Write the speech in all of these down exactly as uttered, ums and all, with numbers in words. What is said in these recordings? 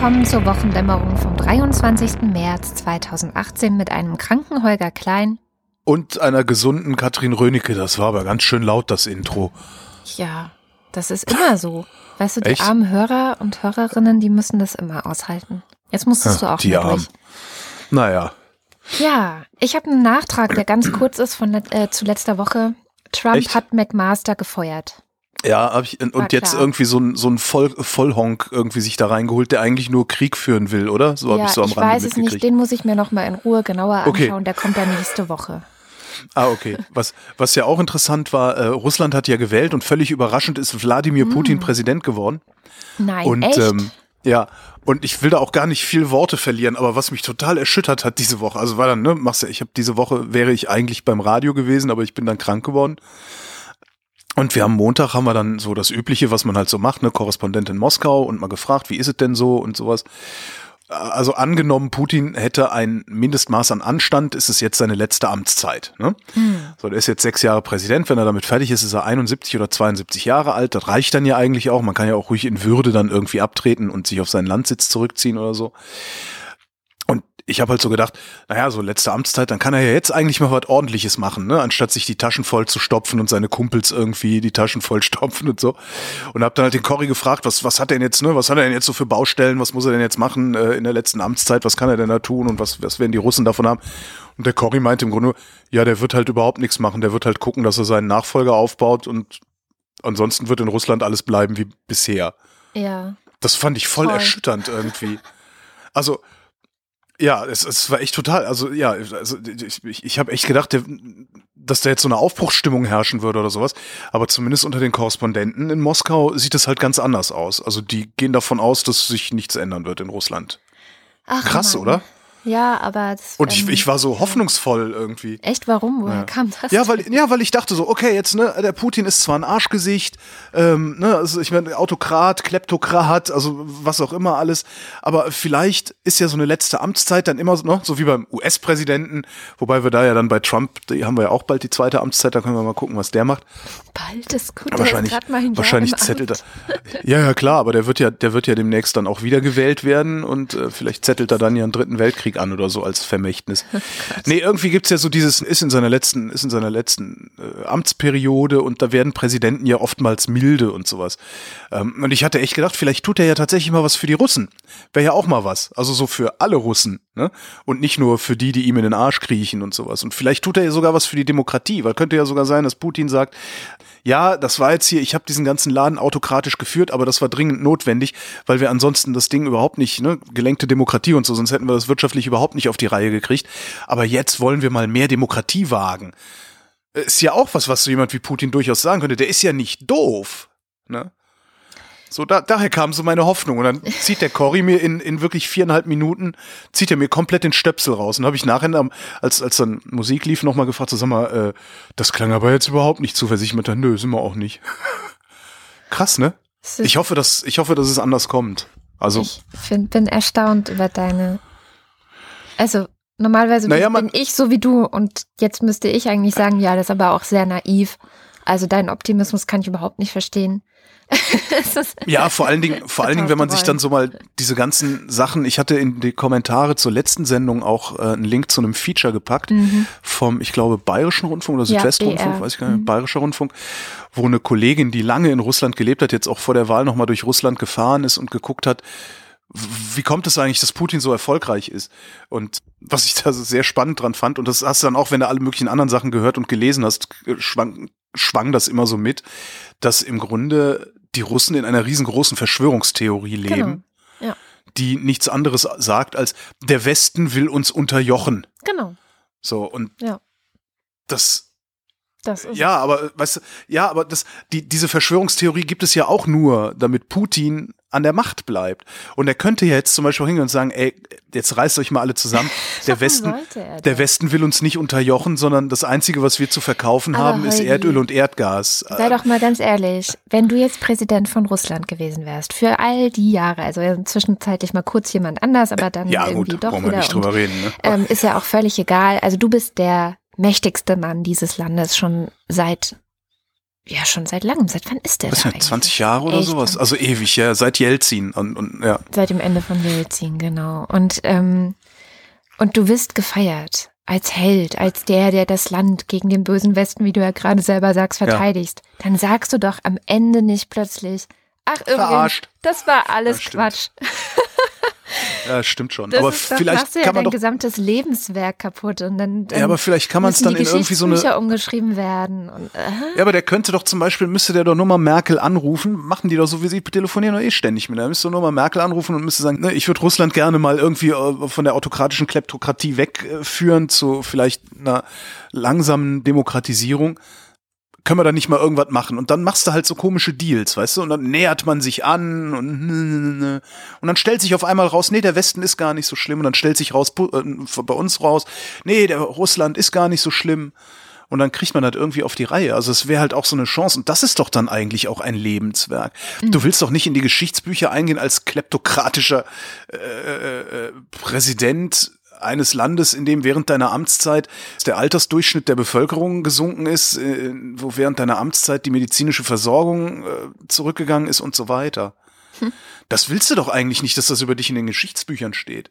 willkommen zur Wochendämmerung vom dreiundzwanzigsten März zweitausendachtzehn mit einem kranken Holger Klein. Und einer gesunden Katrin Rönecke. Das war aber ganz schön laut, das Intro. Ja, das ist immer so. Weißt du, die Echt? armen Hörer und Hörerinnen, die müssen das immer aushalten. Jetzt musstest Ja, du auch die mal Armen. durch. Naja. Ja, ich habe einen Nachtrag, der ganz kurz ist von let- äh, zu letzter Woche. Trump Echt? hat McMaster gefeuert. Ja, hab ich, und War jetzt klar. irgendwie so ein, so ein Voll, Vollhonk irgendwie sich da reingeholt, der eigentlich nur Krieg führen will, oder? So habe ja, ich so am ich Rande weiß es mitgekriegt. nicht, den muss ich mir noch mal in Ruhe genauer Okay. anschauen. Der kommt dann nächste Woche. Ah, okay. Was, was ja auch interessant war, äh, Russland hat ja gewählt und völlig überraschend ist Wladimir Putin Präsident geworden. Nein, Und echt? ähm, ja, und ich will da auch gar nicht viel Worte verlieren, aber was mich total erschüttert hat diese Woche, also war dann, ne, machst ja, ich habe diese Woche, wäre ich eigentlich beim Radio gewesen, aber ich bin dann krank geworden. Und wir am Montag haben wir dann so das Übliche, was man halt so macht, ne, Korrespondent in Moskau und mal gefragt, wie ist es denn so und sowas. Also angenommen, Putin hätte ein Mindestmaß an Anstand, ist es jetzt seine letzte Amtszeit. Ne? Hm. So, der ist jetzt sechs Jahre Präsident. Wenn er damit fertig ist, ist er einundsiebzig oder zweiundsiebzig Jahre alt. Das reicht dann ja eigentlich auch. Man kann ja auch ruhig in Würde dann irgendwie abtreten und sich auf seinen Landsitz zurückziehen oder so. Und ich habe halt so gedacht, naja, so letzte Amtszeit, dann kann er ja jetzt eigentlich mal was Ordentliches machen, ne? Anstatt sich die Taschen voll zu stopfen und seine Kumpels irgendwie die Taschen voll stopfen und so. Und habe dann halt den Corrie gefragt, was was hat er denn jetzt, ne? Was hat er denn jetzt so für Baustellen? Was muss er denn jetzt machen äh, in der letzten Amtszeit? Was kann er denn da tun? Und was was werden die Russen davon haben? Und der Corrie meinte im Grunde, ja, der wird halt überhaupt nichts machen. Der wird halt gucken, dass er seinen Nachfolger aufbaut und ansonsten wird in Russland alles bleiben wie bisher. Ja. Das fand ich voll Toll. erschütternd irgendwie. Also ja, es, es war echt total, also ja, also ich, ich, ich habe echt gedacht, der, dass da jetzt so eine Aufbruchsstimmung herrschen würde oder sowas, aber zumindest unter den Korrespondenten in Moskau sieht es halt ganz anders aus. Also die gehen davon aus, dass sich nichts ändern wird in Russland. Ach, Krass, Mann. oder? Ja, aber das, Und ich, ähm, ich war so hoffnungsvoll irgendwie. echt, warum? Woher Ja. kam das? Ja, weil ja, weil ich dachte so, okay, jetzt ne, der Putin ist zwar ein Arschgesicht, ähm, ne, also ich meine Autokrat, Kleptokrat, also was auch immer alles, aber vielleicht ist ja so eine letzte Amtszeit dann immer so, ne, so wie beim U S-Präsidenten, wobei wir da ja dann bei Trump, die haben wir ja auch bald die zweite Amtszeit, da können wir mal gucken, was der macht. Bald ist gut, der Wahrscheinlich, ist grad mal ein Jahr wahrscheinlich im zettelt er. Amt. Ja, ja, klar, aber der wird ja, der wird ja demnächst dann auch wieder gewählt werden und äh, vielleicht zettelt er dann ja einen dritten Weltkrieg an oder so als Vermächtnis. Nee, irgendwie gibt's ja so dieses, ist in seiner letzten, ist in seiner letzten äh, Amtsperiode und da werden Präsidenten ja oftmals milde und sowas. Ähm, und ich hatte echt gedacht, vielleicht tut er ja tatsächlich mal was für die Russen. Wäre ja auch mal was. Also so für alle Russen, ne? Und nicht nur für die, die ihm in den Arsch kriechen und sowas. Und vielleicht tut er ja sogar was für die Demokratie, weil könnte ja sogar sein, dass Putin sagt, ja, das war jetzt hier, ich habe diesen ganzen Laden autokratisch geführt, aber das war dringend notwendig, weil wir ansonsten das Ding überhaupt nicht, ne, gelenkte Demokratie und so, sonst hätten wir das wirtschaftlich überhaupt nicht auf die Reihe gekriegt. Aber jetzt wollen wir mal mehr Demokratie wagen. Ist ja auch was, was so jemand wie Putin durchaus sagen könnte. Der ist ja nicht doof, ne? So, da, daher kam so meine Hoffnung. Und dann zieht der Corrie mir in, in wirklich viereinhalb Minuten, zieht er mir komplett den Stöpsel raus. Und habe ich nachher, am- als, als dann Musik lief, nochmal gefragt, so, sag mal, äh, das klang aber jetzt überhaupt nicht zuversichtlich. Ich meinte, nö, sind wir auch nicht. Krass, ne? Es ist- Ich hoffe, dass, ich hoffe, dass es anders kommt. Also, Ich find, bin erstaunt über deine. Also, normalerweise Naja, bin man- ich so wie du und jetzt müsste ich eigentlich sagen, ja, das ist aber auch sehr naiv. Also, deinen Optimismus kann ich überhaupt nicht verstehen. Es ist- ja, vor allen Dingen, vor allen Dingen, wenn man sich dann so mal diese ganzen Sachen, ich hatte in die Kommentare zur letzten Sendung auch äh, einen Link zu einem Feature gepackt vom, ich glaube, Bayerischen Rundfunk oder Ja, Südwestrundfunk, B R. weiß ich gar nicht, Bayerischer Rundfunk, wo eine Kollegin, die lange in Russland gelebt hat, jetzt auch vor der Wahl nochmal durch Russland gefahren ist und geguckt hat, w- wie kommt es eigentlich, dass Putin so erfolgreich ist? Und was ich da so sehr spannend dran fand, und das hast du dann auch, wenn du alle möglichen anderen Sachen gehört und gelesen hast, schwang, schwang das immer so mit, dass im Grunde die Russen in einer riesengroßen Verschwörungstheorie leben, Genau. Ja, die nichts anderes sagt als, der Westen will uns unterjochen. genau. So, und Ja. das, Das ist ja, aber, weißt du, ja, aber das, die, diese Verschwörungstheorie gibt es ja auch nur, damit Putin an der Macht bleibt. Und er könnte ja jetzt zum Beispiel hingehen und sagen, ey, jetzt reißt euch mal alle zusammen. Der Warum Westen, sollte er der das? Westen will uns nicht unterjochen, sondern das Einzige, was wir zu verkaufen Aber haben, ist Holgi, Erdöl und Erdgas. Sei doch mal ganz ehrlich, wenn du jetzt Präsident von Russland gewesen wärst, für all die Jahre, also zwischenzeitlich mal kurz jemand anders, aber dann Ja, irgendwie gut, doch brauchen wir wieder. nicht drüber und, reden, ne? ähm, ist ja auch völlig egal. Also du bist der mächtigste Mann dieses Landes schon seit Ja, schon seit langem. Seit wann ist der Was da ja, zwanzig Jahre oder Echt? sowas? Also ewig, ja, seit Jelzin. Und, und, ja. Seit dem Ende von Jelzin, genau. Und, ähm, und du wirst gefeiert als Held, als der, der das Land gegen den bösen Westen, wie du ja gerade selber sagst, verteidigst. Ja. Dann sagst du doch am Ende nicht plötzlich, ach übrigens, Verarscht. Das war alles ja, Quatsch. Ja, stimmt schon. Das aber ist doch, vielleicht machst du ja kann man dein doch, gesamtes Lebenswerk kaputt und dann, dann ja, aber vielleicht kann man es dann in irgendwie so eine. Geschichtsbücher umgeschrieben werden. Und, äh. Ja, aber der könnte doch zum Beispiel, müsste der doch nur mal Merkel anrufen, machen die doch so, wie sie telefonieren doch eh ständig mit. Da müsste nur mal Merkel anrufen und müsste sagen, ne, ich würde Russland gerne mal irgendwie äh, von der autokratischen Kleptokratie wegführen zu vielleicht einer langsamen Demokratisierung. Können wir da nicht mal irgendwas machen? Und dann machst du halt so komische Deals, weißt du? Und dann nähert man sich an und und dann stellt sich auf einmal raus, nee, der Westen ist gar nicht so schlimm. Und dann stellt sich raus, bei uns raus, nee, der Russland ist gar nicht so schlimm. Und dann kriegt man das irgendwie auf die Reihe. Also es wäre halt auch so eine Chance. Und das ist doch dann eigentlich auch ein Lebenswerk. Mhm. Du willst doch nicht in die Geschichtsbücher eingehen als kleptokratischer äh, äh, Präsident eines Landes, in dem während deiner Amtszeit der Altersdurchschnitt der Bevölkerung gesunken ist, wo während deiner Amtszeit die medizinische Versorgung zurückgegangen ist und so weiter. Hm. Das willst du doch eigentlich nicht, dass das über dich in den Geschichtsbüchern steht.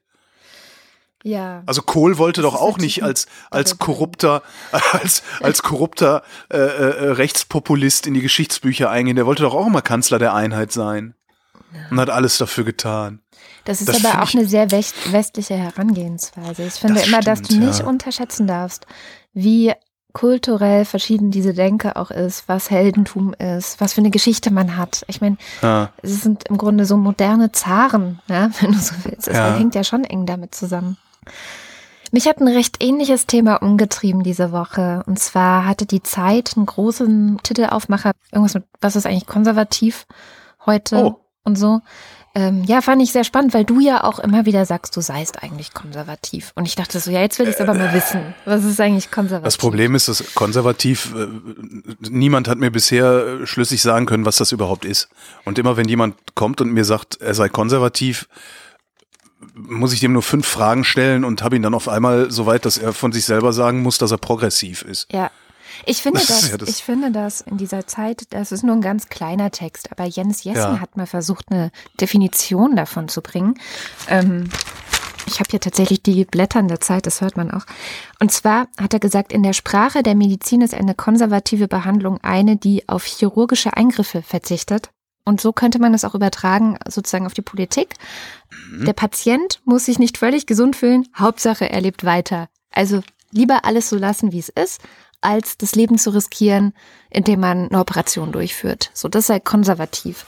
Ja. Also Kohl wollte doch auch nicht als als korrupter als als korrupter äh, äh, Rechtspopulist in die Geschichtsbücher eingehen. Der wollte doch auch immer Kanzler der Einheit sein. Ja. Und hat alles dafür getan. Das ist das aber auch eine sehr westliche Herangehensweise. Ich finde das immer, stimmt, dass du nicht ja. unterschätzen darfst, wie kulturell verschieden diese Denke auch ist, was Heldentum ist, was für eine Geschichte man hat. Ich meine, ja. es sind im Grunde so moderne Zaren, ja, wenn du so willst. Das ja. hängt ja schon eng damit zusammen. Mich hat ein recht ähnliches Thema umgetrieben diese Woche. Und zwar hatte die Zeit einen großen Titelaufmacher, irgendwas mit, was ist eigentlich konservativ heute oh. und so. Ähm, ja, fand ich sehr spannend, weil du ja auch immer wieder sagst, du seist eigentlich konservativ. Und ich dachte so, ja, jetzt will ich es aber mal wissen. Was ist eigentlich konservativ? Das Problem ist, dass konservativ, äh, niemand hat mir bisher schlüssig sagen können, was das überhaupt ist. Und immer wenn jemand kommt und mir sagt, er sei konservativ, muss ich dem nur fünf Fragen stellen und habe ihn dann auf einmal so weit, dass er von sich selber sagen muss, dass er progressiv ist. Ja. Ich finde das, das, ja das, ich finde das in dieser Zeit, das ist nur ein ganz kleiner Text, aber Jens Jessen ja. hat mal versucht, eine Definition davon zu bringen. Ähm, ich habe hier tatsächlich die Blätter in der Zeit, das hört man auch. Und zwar hat er gesagt, in der Sprache der Medizin ist eine konservative Behandlung eine, die auf chirurgische Eingriffe verzichtet. Und so könnte man das auch übertragen, sozusagen auf die Politik. Mhm. Der Patient muss sich nicht völlig gesund fühlen, Hauptsache er lebt weiter. Also lieber alles so lassen, wie es ist, als das Leben zu riskieren, indem man eine Operation durchführt. So, das sei konservativ.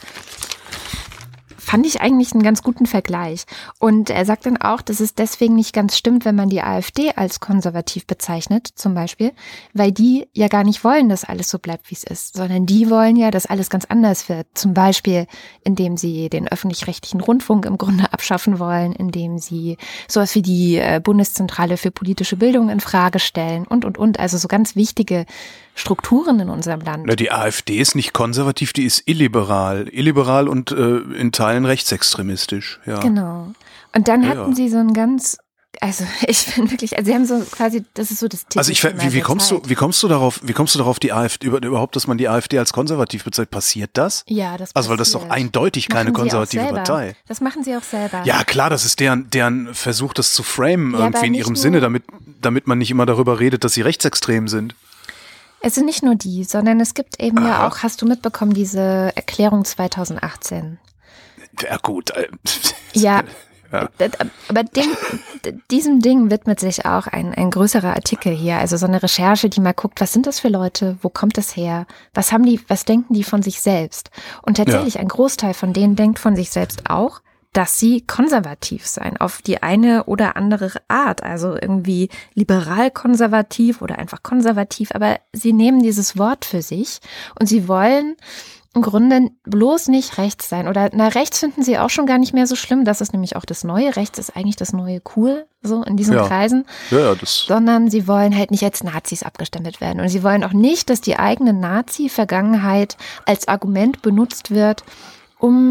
Fand ich eigentlich einen ganz guten Vergleich. Und er sagt dann auch, dass es deswegen nicht ganz stimmt, wenn man die AfD als konservativ bezeichnet, zum Beispiel, weil die ja gar nicht wollen, dass alles so bleibt, wie es ist, sondern die wollen ja, dass alles ganz anders wird. Zum Beispiel, indem sie den öffentlich-rechtlichen Rundfunk im Grunde abschaffen wollen, indem sie sowas wie die Bundeszentrale für politische Bildung in Frage stellen und, und, und. Also so ganz wichtige Strukturen in unserem Land. Na, die AfD ist nicht konservativ, die ist illiberal. Illiberal und äh, in Teilen rechtsextremistisch. Ja. Genau. Und dann ja, hatten ja. sie so ein ganz, also ich bin wirklich, also sie haben so quasi, das ist so das Thema. Also ich, wie, wie kommst Zeit. du, wie kommst du darauf, wie kommst du darauf, die AfD, überhaupt, dass man die AfD als konservativ bezeichnet? Passiert das? Ja, das passiert. Also weil das ist doch eindeutig keine machen konservative Partei. Das machen sie auch selber. Ja, klar, das ist deren, deren Versuch, das zu framen, ja, irgendwie in ihrem Sinne, damit, damit man nicht immer darüber redet, dass sie rechtsextrem sind. Es sind nicht nur die, sondern es gibt eben Aha. ja auch, hast du mitbekommen, diese Erklärung zweitausendachtzehn. Ja gut. Ja, ja. aber dem, diesem Ding widmet sich auch ein, ein größerer Artikel hier, also so eine Recherche, die mal guckt, was sind das für Leute, wo kommt das her, was haben die, was denken die von sich selbst? Und tatsächlich ja. ein Großteil von denen denkt von sich selbst auch, dass sie konservativ sein, auf die eine oder andere Art, also irgendwie liberal-konservativ oder einfach konservativ, aber sie nehmen dieses Wort für sich und sie wollen im Grunde bloß nicht rechts sein oder na, rechts finden sie auch schon gar nicht mehr so schlimm, das ist nämlich auch das Neue, rechts ist eigentlich das neue cool, so in diesen ja. Kreisen, ja, ja, das sondern sie wollen halt nicht als Nazis abgestempelt werden und sie wollen auch nicht, dass die eigene Nazi-Vergangenheit als Argument benutzt wird, um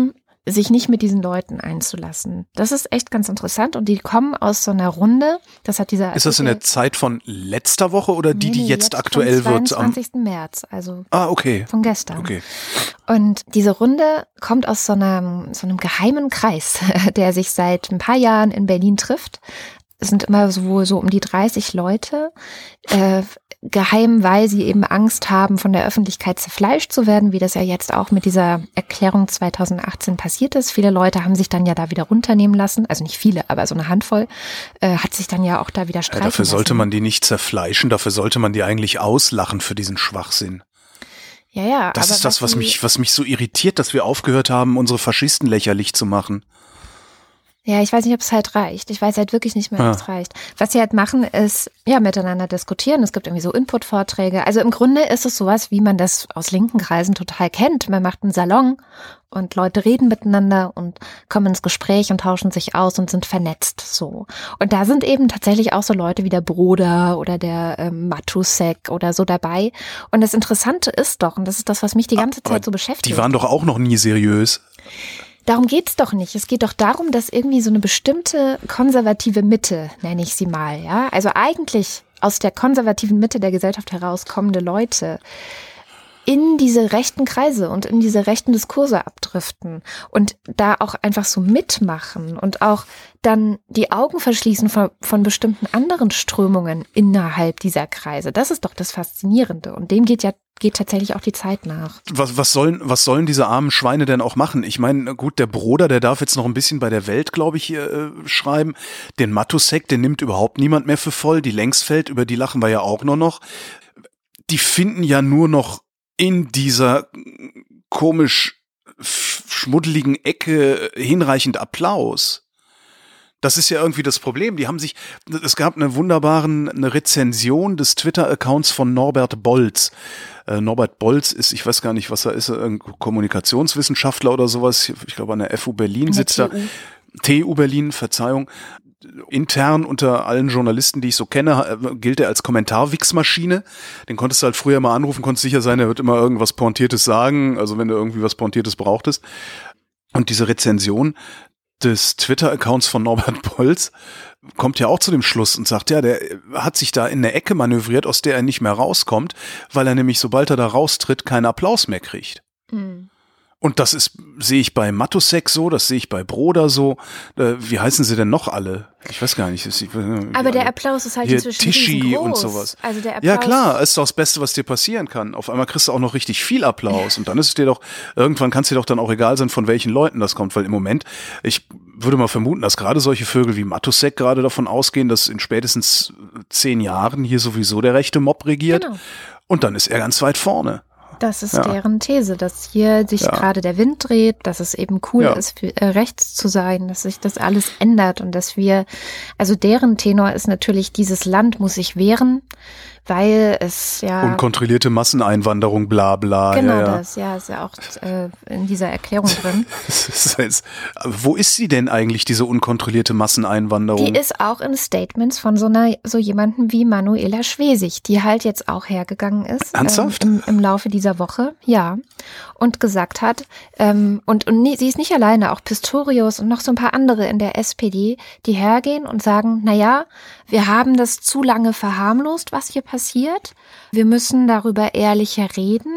sich nicht mit diesen Leuten einzulassen. Das ist echt ganz interessant und die kommen aus so einer Runde. Das hat dieser Ist das in der Zeit von letzter Woche oder die, nee, die nee, jetzt, jetzt aktuell vom wird? zweiundzwanzigsten März, also ah, okay. von gestern. Okay. Und diese Runde kommt aus so einem, so einem geheimen Kreis, der sich seit ein paar Jahren in Berlin trifft. Es sind immer so, so um die dreißig Leute, äh, geheim, weil sie eben Angst haben, von der Öffentlichkeit zerfleischt zu werden, wie das ja jetzt auch mit dieser Erklärung zweitausendachtzehn passiert ist. Viele Leute haben sich dann ja da wieder runternehmen lassen, also nicht viele, aber so eine Handvoll äh, hat sich dann ja auch da wieder streichen ja, dafür sollte lassen. man die nicht zerfleischen, dafür sollte man die eigentlich auslachen für diesen Schwachsinn. Ja, ja. Das aber ist das, was die, mich, was mich so irritiert, dass wir aufgehört haben, unsere Faschisten lächerlich zu machen. Ja, ich weiß nicht, ob es halt reicht. Ich weiß halt wirklich nicht mehr, ob ja. es reicht. Was sie halt machen, ist ja miteinander diskutieren. Es gibt irgendwie so Input-Vorträge. Also im Grunde ist es sowas, wie man das aus linken Kreisen total kennt. Man macht einen Salon und Leute reden miteinander und kommen ins Gespräch und tauschen sich aus und sind vernetzt so. Und da sind eben tatsächlich auch so Leute wie der Broder oder der ähm, Matusek oder so dabei. Und das Interessante ist doch, und das ist das, was mich die ganze Aber Zeit so beschäftigt. Die waren doch auch noch nie seriös. Darum geht's doch nicht. Es geht doch darum, dass irgendwie so eine bestimmte konservative Mitte, nenne ich sie mal, ja, also eigentlich aus der konservativen Mitte der Gesellschaft herauskommende Leute in diese rechten Kreise und in diese rechten Diskurse abdriften und da auch einfach so mitmachen und auch dann die Augen verschließen von, von bestimmten anderen Strömungen innerhalb dieser Kreise. Das ist doch das Faszinierende und dem geht ja geht tatsächlich auch die Zeit nach. Was, was sollen, was sollen diese armen Schweine denn auch machen? Ich meine, gut, der Broder, der darf jetzt noch ein bisschen bei der Welt, glaube ich, hier äh, schreiben. Den Matusek, den nimmt überhaupt niemand mehr für voll. Die Längsfeld, über die lachen wir ja auch nur noch. Die finden ja nur noch in dieser komisch schmuddeligen Ecke hinreichend Applaus. Das ist ja irgendwie das Problem. Die haben sich, es gab eine wunderbaren, eine Rezension des Twitter-Accounts von Norbert Bolz. Äh, Norbert Bolz ist, ich weiß gar nicht, was er ist, ein Kommunikationswissenschaftler oder sowas. Ich glaube, an der F U Berlin sitzt er. T U Berlin, Verzeihung. Intern unter allen Journalisten, die ich so kenne, gilt er als Kommentar-Wix-Maschine. Den konntest du halt früher mal anrufen, konntest sicher sein, er wird immer irgendwas Pointiertes sagen, also wenn du irgendwie was Pointiertes brauchtest. Und diese Rezension des Twitter-Accounts von Norbert Bolz kommt ja auch zu dem Schluss und sagt, ja, der hat sich da in eine Ecke manövriert, aus der er nicht mehr rauskommt, weil er nämlich, sobald er da raustritt, keinen Applaus mehr kriegt. Mhm. Und das ist, sehe ich bei Matusek so, das sehe ich bei Broder so. Äh, wie heißen sie denn noch alle? Ich weiß gar nicht. Ich, Aber der Applaus ist halt hier inzwischen Tischi riesengroß. Und sowas. Also der Applaus. Ja klar, ist doch das Beste, was dir passieren kann. Auf einmal kriegst du auch noch richtig viel Applaus und dann ist es dir doch, irgendwann kann es dir doch dann auch egal sein, von welchen Leuten das kommt, weil im Moment, ich würde mal vermuten, dass gerade solche Vögel wie Matusek gerade davon ausgehen, dass in spätestens zehn Jahren hier sowieso der rechte Mob regiert. Genau. Und dann ist er ganz weit vorne. Das ist ja. deren These, dass hier sich ja. gerade der Wind dreht, dass es eben cool ja. ist, für, äh, rechts zu sein, dass sich das alles ändert und dass wir, also deren Tenor ist natürlich, dieses Land muss sich wehren, weil es ja... Unkontrollierte Masseneinwanderung, bla bla. Genau ja, ja. das, ja, ist ja auch äh, in dieser Erklärung drin. ist jetzt, wo ist sie denn eigentlich, diese unkontrollierte Masseneinwanderung? Die ist auch in Statements von so einer, so jemanden wie Manuela Schwesig, die halt jetzt auch hergegangen ist. Ernsthaft? Ähm, im, Im Laufe dieser Woche, ja. Und gesagt hat, ähm, und, und nie, sie ist nicht alleine, auch Pistorius und noch so ein paar andere in der S P D, die hergehen und sagen, na ja, wir haben das zu lange verharmlost, was hier passiert. Wir müssen darüber ehrlicher reden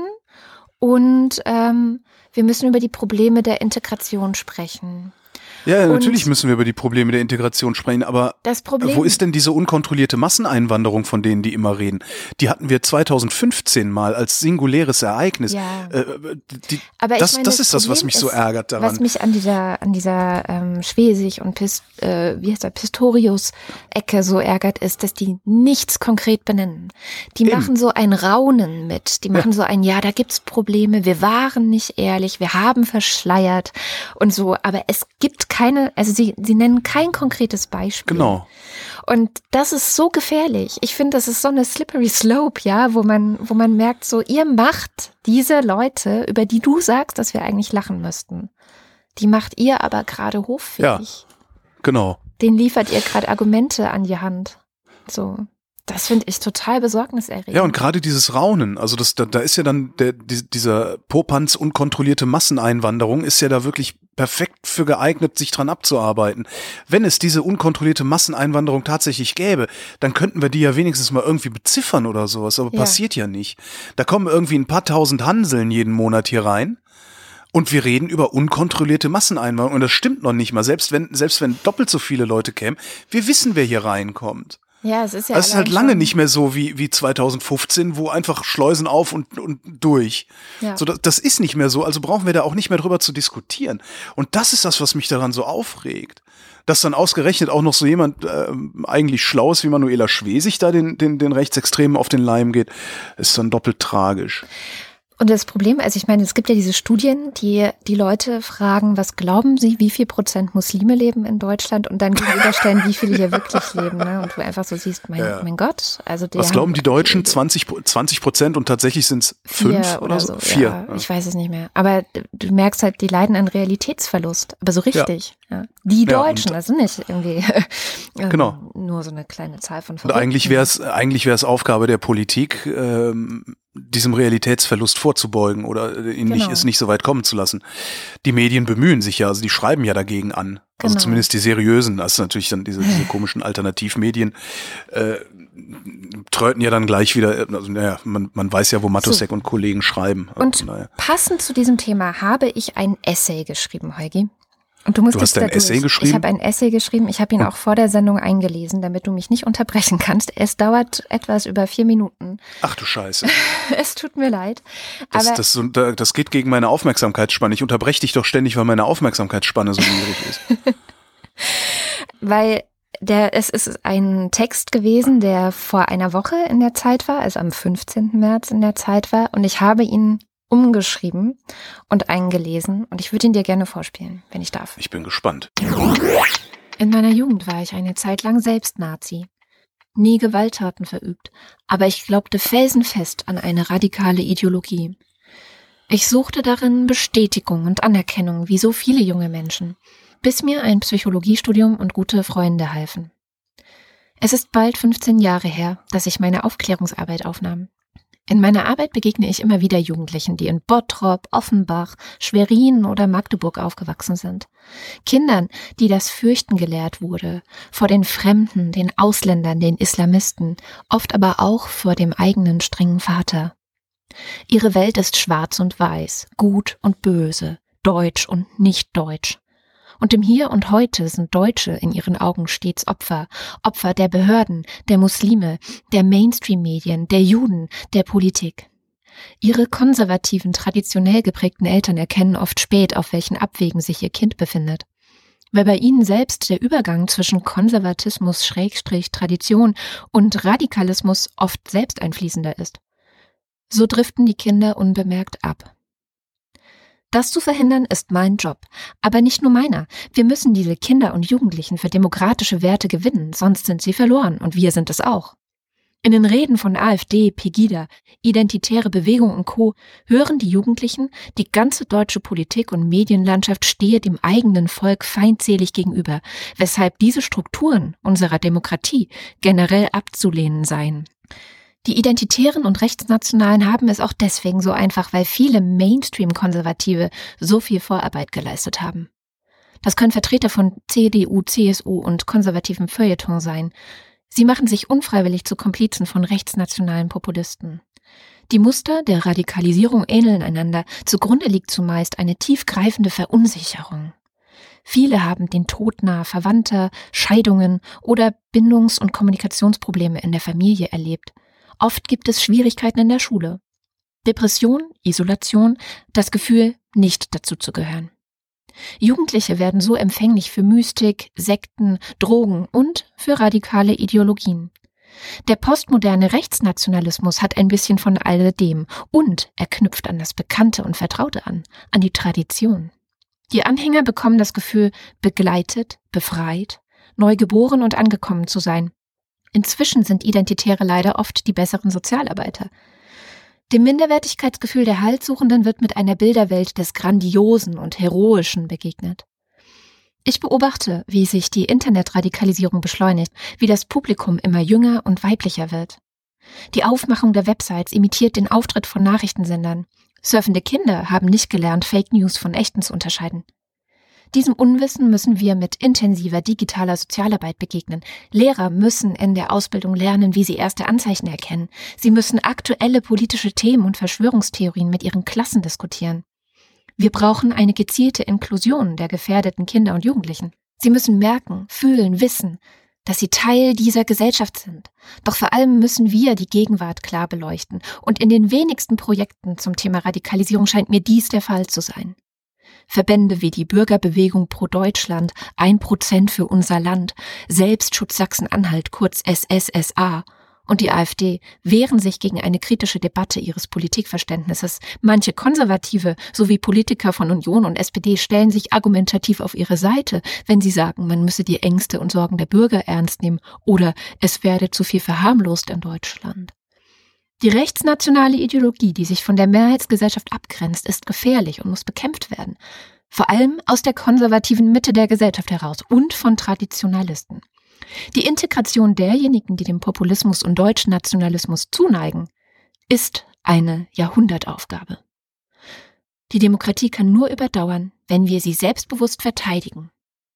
und ähm, wir müssen über die Probleme der Integration sprechen. Ja, natürlich und müssen wir über die Probleme der Integration sprechen, aber das Problem, wo ist denn diese unkontrollierte Masseneinwanderung, von denen die immer reden? Die hatten wir zweitausendfünfzehn mal als singuläres Ereignis. Ja. Äh, die, aber das, ich meine, das, das ist das, was Problem mich ist, so ärgert daran. Was mich an dieser, an dieser ähm, Schwesig und Pist, äh, wie heißt der, Pistorius-Ecke so ärgert, ist, dass die nichts konkret benennen. Die Eben. machen so ein Raunen mit. Die machen ja. so ein, ja, da gibt's Probleme, wir waren nicht ehrlich, wir haben verschleiert und so, aber es gibt keine, also sie, sie nennen kein konkretes Beispiel. Genau. Und das ist so gefährlich. Ich finde, das ist so eine slippery slope, ja, wo man, wo man merkt, so, ihr macht diese Leute, über die du sagst, dass wir eigentlich lachen müssten, die macht ihr aber gerade hoffähig. Ja, genau. Den liefert ihr gerade Argumente an die Hand. So. Das finde ich total besorgniserregend. Ja, und gerade dieses Raunen, also das, da, da ist ja dann der, die, dieser Popanz unkontrollierte Masseneinwanderung ist ja da wirklich perfekt für geeignet, sich dran abzuarbeiten. Wenn es diese unkontrollierte Masseneinwanderung tatsächlich gäbe, dann könnten wir die ja wenigstens mal irgendwie beziffern oder sowas, aber ja. passiert ja nicht. Da kommen irgendwie ein paar tausend Hanseln jeden Monat hier rein. Und wir reden über unkontrollierte Masseneinwanderung. Und das stimmt noch nicht mal. Selbst wenn, selbst wenn doppelt so viele Leute kämen, wir wissen, wer hier reinkommt. Ja, es ist ja. Es ist halt lange nicht mehr so wie, wie zwanzig fünfzehn, wo einfach Schleusen auf und, und durch. Ja. So, das, das ist nicht mehr so. Also brauchen wir da auch nicht mehr drüber zu diskutieren. Und das ist das, was mich daran so aufregt. Dass dann ausgerechnet auch noch so jemand äh, eigentlich schlau ist wie Manuela Schwesig da den, den, den Rechtsextremen auf den Leim geht, ist dann doppelt tragisch. Und das Problem, also ich meine, es gibt ja diese Studien, die die Leute fragen, was glauben sie, wie viel Prozent Muslime leben in Deutschland und dann gegenüberstellen, wie viele hier wirklich leben. Ne? Und du einfach so siehst, mein, ja. mein Gott. Also die was glauben die Deutschen? zwanzig Prozent und tatsächlich sind es fünf oder so? Vier. Ja, ich weiß es nicht mehr. Aber du merkst halt, die leiden an Realitätsverlust. Aber so richtig. Ja. Ja. Die Deutschen, ja, das sind nicht irgendwie ähm, genau. nur so eine kleine Zahl von Verrückten. Und eigentlich wäre es eigentlich wäre es Aufgabe der Politik, ähm, diesem Realitätsverlust vorzubeugen oder ihn genau. nicht, es nicht so weit kommen zu lassen. Die Medien bemühen sich ja, also die schreiben ja dagegen an. Also genau. zumindest die seriösen, das ist natürlich dann diese, diese komischen Alternativmedien, äh, tröten ja dann gleich wieder, also naja, man, man weiß ja, wo Matosek so. und Kollegen schreiben. Und naja. passend zu diesem Thema habe ich ein Essay geschrieben, Heugi. Und du musst du hast ein Essay geschrieben? Ich habe ein Essay geschrieben. Ich habe ihn auch vor der Sendung eingelesen, damit du mich nicht unterbrechen kannst. Es dauert etwas über vier Minuten. Ach du Scheiße. Es tut mir leid. Das, aber das, das, das geht gegen meine Aufmerksamkeitsspanne. Ich unterbreche dich doch ständig, weil meine Aufmerksamkeitsspanne so niedrig ist. Weil der, es ist ein Text gewesen, der vor einer Woche in der Zeit war, also am fünfzehnten März in der Zeit war. Und ich habe ihn umgeschrieben und eingelesen und ich würde ihn dir gerne vorspielen, wenn ich darf. Ich bin gespannt. In meiner Jugend war ich eine Zeit lang selbst Nazi. Nie Gewalttaten verübt, aber ich glaubte felsenfest an eine radikale Ideologie. Ich suchte darin Bestätigung und Anerkennung, wie so viele junge Menschen, bis mir ein Psychologiestudium und gute Freunde halfen. Es ist bald fünfzehn Jahre her, dass ich meine Aufklärungsarbeit aufnahm. In meiner Arbeit begegne ich immer wieder Jugendlichen, die in Bottrop, Offenbach, Schwerin oder Magdeburg aufgewachsen sind. Kindern, die das Fürchten gelehrt wurde, vor den Fremden, den Ausländern, den Islamisten, oft aber auch vor dem eigenen strengen Vater. Ihre Welt ist schwarz und weiß, gut und böse, deutsch und nicht deutsch. Und im Hier und Heute sind Deutsche in ihren Augen stets Opfer, Opfer der Behörden, der Muslime, der Mainstream-Medien, der Juden, der Politik. Ihre konservativen, traditionell geprägten Eltern erkennen oft spät, auf welchen Abwegen sich ihr Kind befindet. Weil bei ihnen selbst der Übergang zwischen Konservatismus, Schrägstrich, Tradition und Radikalismus oft selbst ein fließender ist. So driften die Kinder unbemerkt ab. Das zu verhindern ist mein Job, aber nicht nur meiner. Wir müssen diese Kinder und Jugendlichen für demokratische Werte gewinnen, sonst sind sie verloren und wir sind es auch. In den Reden von AfD, Pegida, Identitäre Bewegung und Co. hören die Jugendlichen, die ganze deutsche Politik und Medienlandschaft stehe dem eigenen Volk feindselig gegenüber, weshalb diese Strukturen unserer Demokratie generell abzulehnen seien. Die Identitären und Rechtsnationalen haben es auch deswegen so einfach, weil viele Mainstream-Konservative so viel Vorarbeit geleistet haben. Das können Vertreter von C D U, C S U und konservativen Feuilleton sein. Sie machen sich unfreiwillig zu Komplizen von rechtsnationalen Populisten. Die Muster der Radikalisierung ähneln einander, zugrunde liegt zumeist eine tiefgreifende Verunsicherung. Viele haben den Tod naher Verwandter, Scheidungen oder Bindungs- und Kommunikationsprobleme in der Familie erlebt. Oft gibt es Schwierigkeiten in der Schule. Depression, Isolation, das Gefühl, nicht dazuzugehören. Jugendliche werden so empfänglich für Mystik, Sekten, Drogen und für radikale Ideologien. Der postmoderne Rechtsnationalismus hat ein bisschen von alledem und er knüpft an das Bekannte und Vertraute an, an die Tradition. Die Anhänger bekommen das Gefühl, begleitet, befreit, neu geboren und angekommen zu sein. Inzwischen sind Identitäre leider oft die besseren Sozialarbeiter. Dem Minderwertigkeitsgefühl der Haltsuchenden wird mit einer Bilderwelt des Grandiosen und Heroischen begegnet. Ich beobachte, wie sich die Internetradikalisierung beschleunigt, wie das Publikum immer jünger und weiblicher wird. Die Aufmachung der Websites imitiert den Auftritt von Nachrichtensendern. Surfende Kinder haben nicht gelernt, Fake News von echten zu unterscheiden. Diesem Unwissen müssen wir mit intensiver digitaler Sozialarbeit begegnen. Lehrer müssen in der Ausbildung lernen, wie sie erste Anzeichen erkennen. Sie müssen aktuelle politische Themen und Verschwörungstheorien mit ihren Klassen diskutieren. Wir brauchen eine gezielte Inklusion der gefährdeten Kinder und Jugendlichen. Sie müssen merken, fühlen, wissen, dass sie Teil dieser Gesellschaft sind. Doch vor allem müssen wir die Gegenwart klar beleuchten. Und in den wenigsten Projekten zum Thema Radikalisierung scheint mir dies der Fall zu sein. Verbände wie die Bürgerbewegung Pro Deutschland, ein Prozent für unser Land, Selbstschutz Sachsen-Anhalt, kurz S S S A, und die AfD wehren sich gegen eine kritische Debatte ihres Politikverständnisses. Manche Konservative sowie Politiker von Union und S P D stellen sich argumentativ auf ihre Seite, wenn sie sagen, man müsse die Ängste und Sorgen der Bürger ernst nehmen oder es werde zu viel verharmlost in Deutschland. Die rechtsnationale Ideologie, die sich von der Mehrheitsgesellschaft abgrenzt, ist gefährlich und muss bekämpft werden. Vor allem aus der konservativen Mitte der Gesellschaft heraus und von Traditionalisten. Die Integration derjenigen, die dem Populismus und Deutschnationalismus zuneigen, ist eine Jahrhundertaufgabe. Die Demokratie kann nur überdauern, wenn wir sie selbstbewusst verteidigen.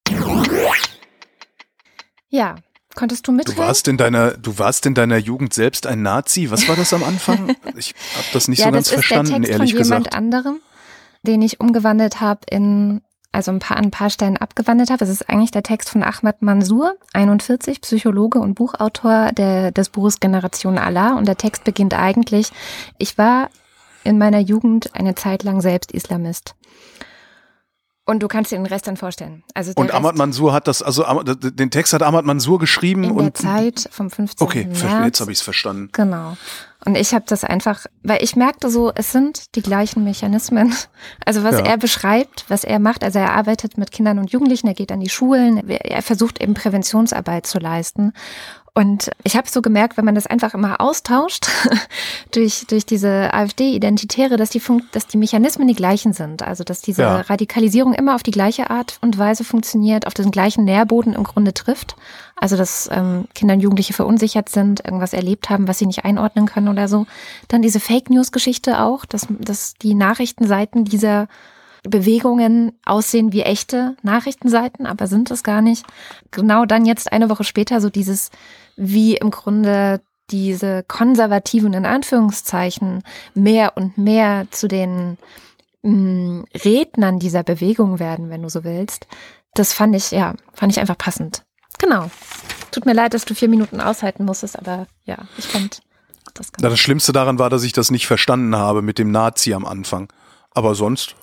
Ja, konntest du mithören? Du warst in deiner, du warst in deiner Jugend selbst ein Nazi. Was war das am Anfang? Ich habe das nicht ja, so ganz das ist verstanden, der Text ehrlich von jemand gesagt. anderem, den ich umgewandelt habe in also ein paar, an ein paar Stellen abgewandelt habe. Das ist eigentlich der Text von Ahmad Mansour, einundvierzig, Psychologe und Buchautor der, des Buches Generation Allah. Und der Text beginnt eigentlich, ich war in meiner Jugend eine Zeit lang selbst Islamist. Und du kannst dir den Rest dann vorstellen. Also der und Ahmad Rest, Mansour hat das, also den Text hat Ahmad Mansour geschrieben. in und der Zeit vom fünfzehnten Okay, März. jetzt habe ich es verstanden. Genau. Und ich habe das einfach, weil ich merkte so, es sind die gleichen Mechanismen. Also was Ja. er beschreibt, was er macht, also er arbeitet mit Kindern und Jugendlichen, er geht an die Schulen, er versucht eben Präventionsarbeit zu leisten. Und ich habe so gemerkt, wenn man das einfach immer austauscht durch durch diese AfD-Identitäre, dass die Fun- dass die Mechanismen die gleichen sind. Also dass diese Ja. Radikalisierung immer auf die gleiche Art und Weise funktioniert, auf den gleichen Nährboden im Grunde trifft. Also dass ähm, Kinder und Jugendliche verunsichert sind, irgendwas erlebt haben, was sie nicht einordnen können oder so. Dann diese Fake-News-Geschichte auch, dass, dass die Nachrichtenseiten dieser Bewegungen aussehen wie echte Nachrichtenseiten, aber sind es gar nicht. Genau dann jetzt eine Woche später so dieses, wie im Grunde diese konservativen, in Anführungszeichen, mehr und mehr zu den mh, Rednern dieser Bewegung werden, wenn du so willst. Das fand ich, ja, fand ich einfach passend. Genau. Tut mir leid, dass du vier Minuten aushalten musstest, aber ja, ich fand das ganz Na, das Schlimmste daran war, dass ich das nicht verstanden habe mit dem Nazi am Anfang. Aber sonst...